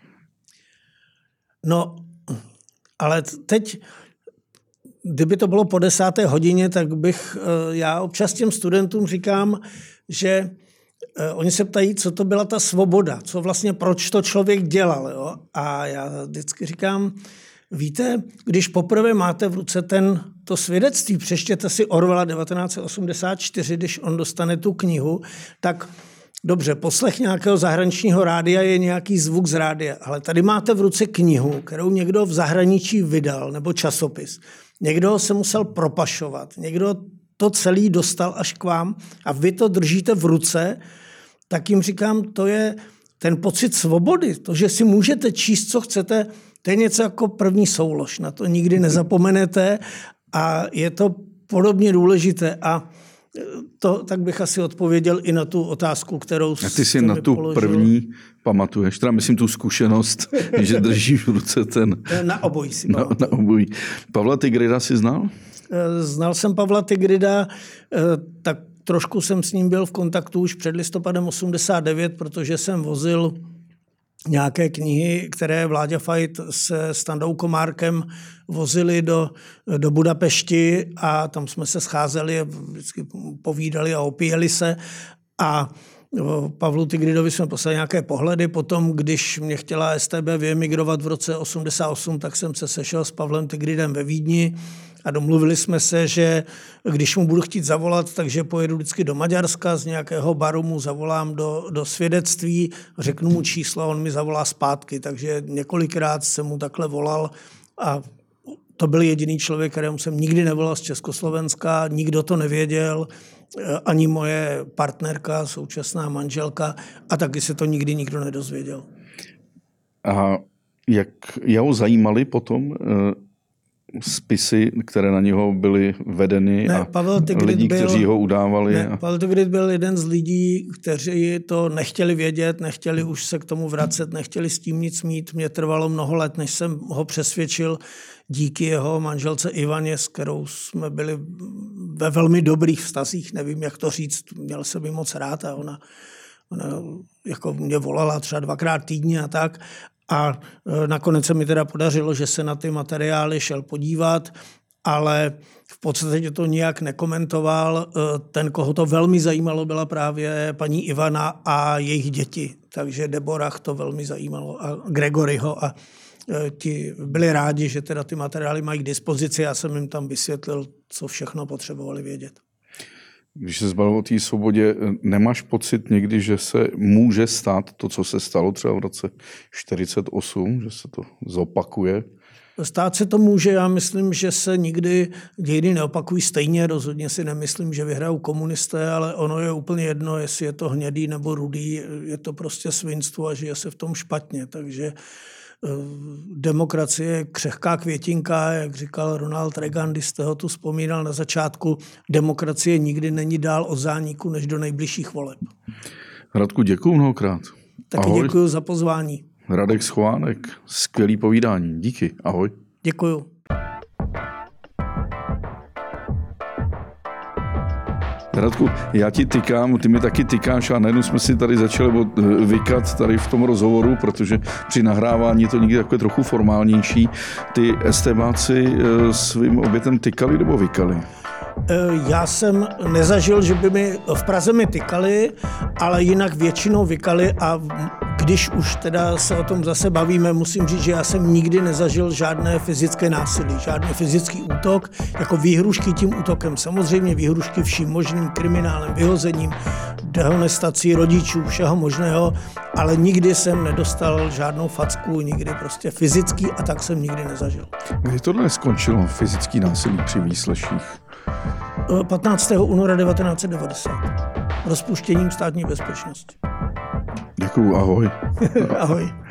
No, ale teď... Kdyby to bylo po desáté hodině, tak bych, já občas těm studentům říkám, že oni se ptají, co to byla ta svoboda, co vlastně, proč to člověk dělal. Jo? A já vždycky říkám, Víte, když poprvé máte v ruce ten, to svědectví, přečtěte si Orwella devatenáct set osmdesát čtyři, když on dostane tu knihu, tak dobře, poslech nějakého zahraničního rádia je nějaký zvuk z rádia, ale tady máte v ruce knihu, kterou někdo v zahraničí vydal, nebo časopis. Někdo se musel propašovat, někdo to celý dostal až k vám a vy to držíte v ruce, tak jim říkám, to je ten pocit svobody, to, že si můžete číst, co chcete, to je něco jako první soulož, na to nikdy nezapomenete a je to podobně důležité a to tak bych asi odpověděl i na tu otázku, kterou a ty si na tu položil. První pamatuješ, teda myslím tu zkušenost, že držíš v ruce ten... Na obojí si na, na obojí. Pavla Tigrida jsi znal? Znal jsem Pavla Tigrida, tak trošku jsem s ním byl v kontaktu už před listopadem osmdesát devět, protože jsem vozil nějaké knihy, které Vláďa Fajt se Standou Komárkem vozili do, do Budapešti a tam jsme se scházeli a vždycky povídali a opíjeli se a Pavlu Tigridovi jsme poslali nějaké pohledy. Potom, když mě chtěla S T B vyemigrovat v roce osmdesát osm, tak jsem se sešel s Pavlem Tigridem ve Vídni a domluvili jsme se, že když mu budu chtít zavolat, takže pojedu vždycky do Maďarska, z nějakého baru mu zavolám do, do svědectví, řeknu mu číslo a on mi zavolá zpátky. Takže několikrát jsem mu takhle volal a to byl jediný člověk, kterému jsem nikdy nevolal z Československa, nikdo to nevěděl, ani moje partnerka, současná manželka a taky se to nikdy nikdo nedozvěděl. A jak jeho zajímali potom spisy, které na něho byly vedeny ne, a Pavel lidi, byl, kteří ho udávali? Ne, a... Pavel Tigrid byl jeden z lidí, kteří to nechtěli vědět, nechtěli už se k tomu vracet, nechtěli s tím nic mít. Mě trvalo mnoho let, než jsem ho přesvědčil díky jeho manželce Ivaně, s kterou jsme byli ve velmi dobrých vztazích, nevím, jak to říct, měl jsem ji moc rád a ona, ona jako mě volala třeba dvakrát týdně a tak. A nakonec se mi teda podařilo, že se na ty materiály šel podívat, ale v podstatě to nijak nekomentoval. Ten, koho to velmi zajímalo, byla právě paní Ivana a jejich děti. Takže Deborah to velmi zajímalo a Gregoryho a ti byli rádi, že teda ty materiály mají k dispozici. Já jsem jim tam vysvětlil, co všechno potřebovali vědět. Když se zbavil o té svobodě, nemáš pocit někdy, že se může stát to, co se stalo třeba v roce čtyřicet osm, že se to zopakuje? Stát se to může, já myslím, že se nikdy dějiny neopakují stejně, rozhodně si nemyslím, že vyhrajou komunisté, ale ono je úplně jedno, jestli je to hnědý nebo rudý, je to prostě svinstvo a žije se v tom špatně, takže demokracie je křehká květinka, jak říkal Ronald Reagan, když jste ho tu vzpomínal na začátku, demokracie nikdy není dál od zániku než do nejbližších voleb. Radku, děkuju mnohokrát. Taky Ahoj. Děkuju za pozvání. Radek Schovánek, skvělý povídání. Díky. Ahoj. Děkuju. Radku, já ti tykám, ty mi taky tykáš a najednou jsme si tady začali vykat tady v tom rozhovoru, protože při nahrávání je to někdy takové trochu formálnější. Ty estébáci svým obětem tykali nebo vykali? Já jsem nezažil, že by mi v Praze mi tykali, ale jinak většinou vykali a když už teda se o tom zase bavíme, musím říct, že já jsem nikdy nezažil žádné fyzické násilí, žádný fyzický útok, jako výhrušky tím útokem. Samozřejmě výhrušky vším možným kriminálem, vyhozením, dehonestací rodičů, všeho možného, ale nikdy jsem nedostal žádnou facku, nikdy prostě fyzický a tak jsem nikdy nezažil. Kdy tohle skončilo, fyzický násilí při výsleších? patnáctého února devatenáct set devadesát. Rozpuštěním státní bezpečnosti. Děkuju, ahoj. Ahoj.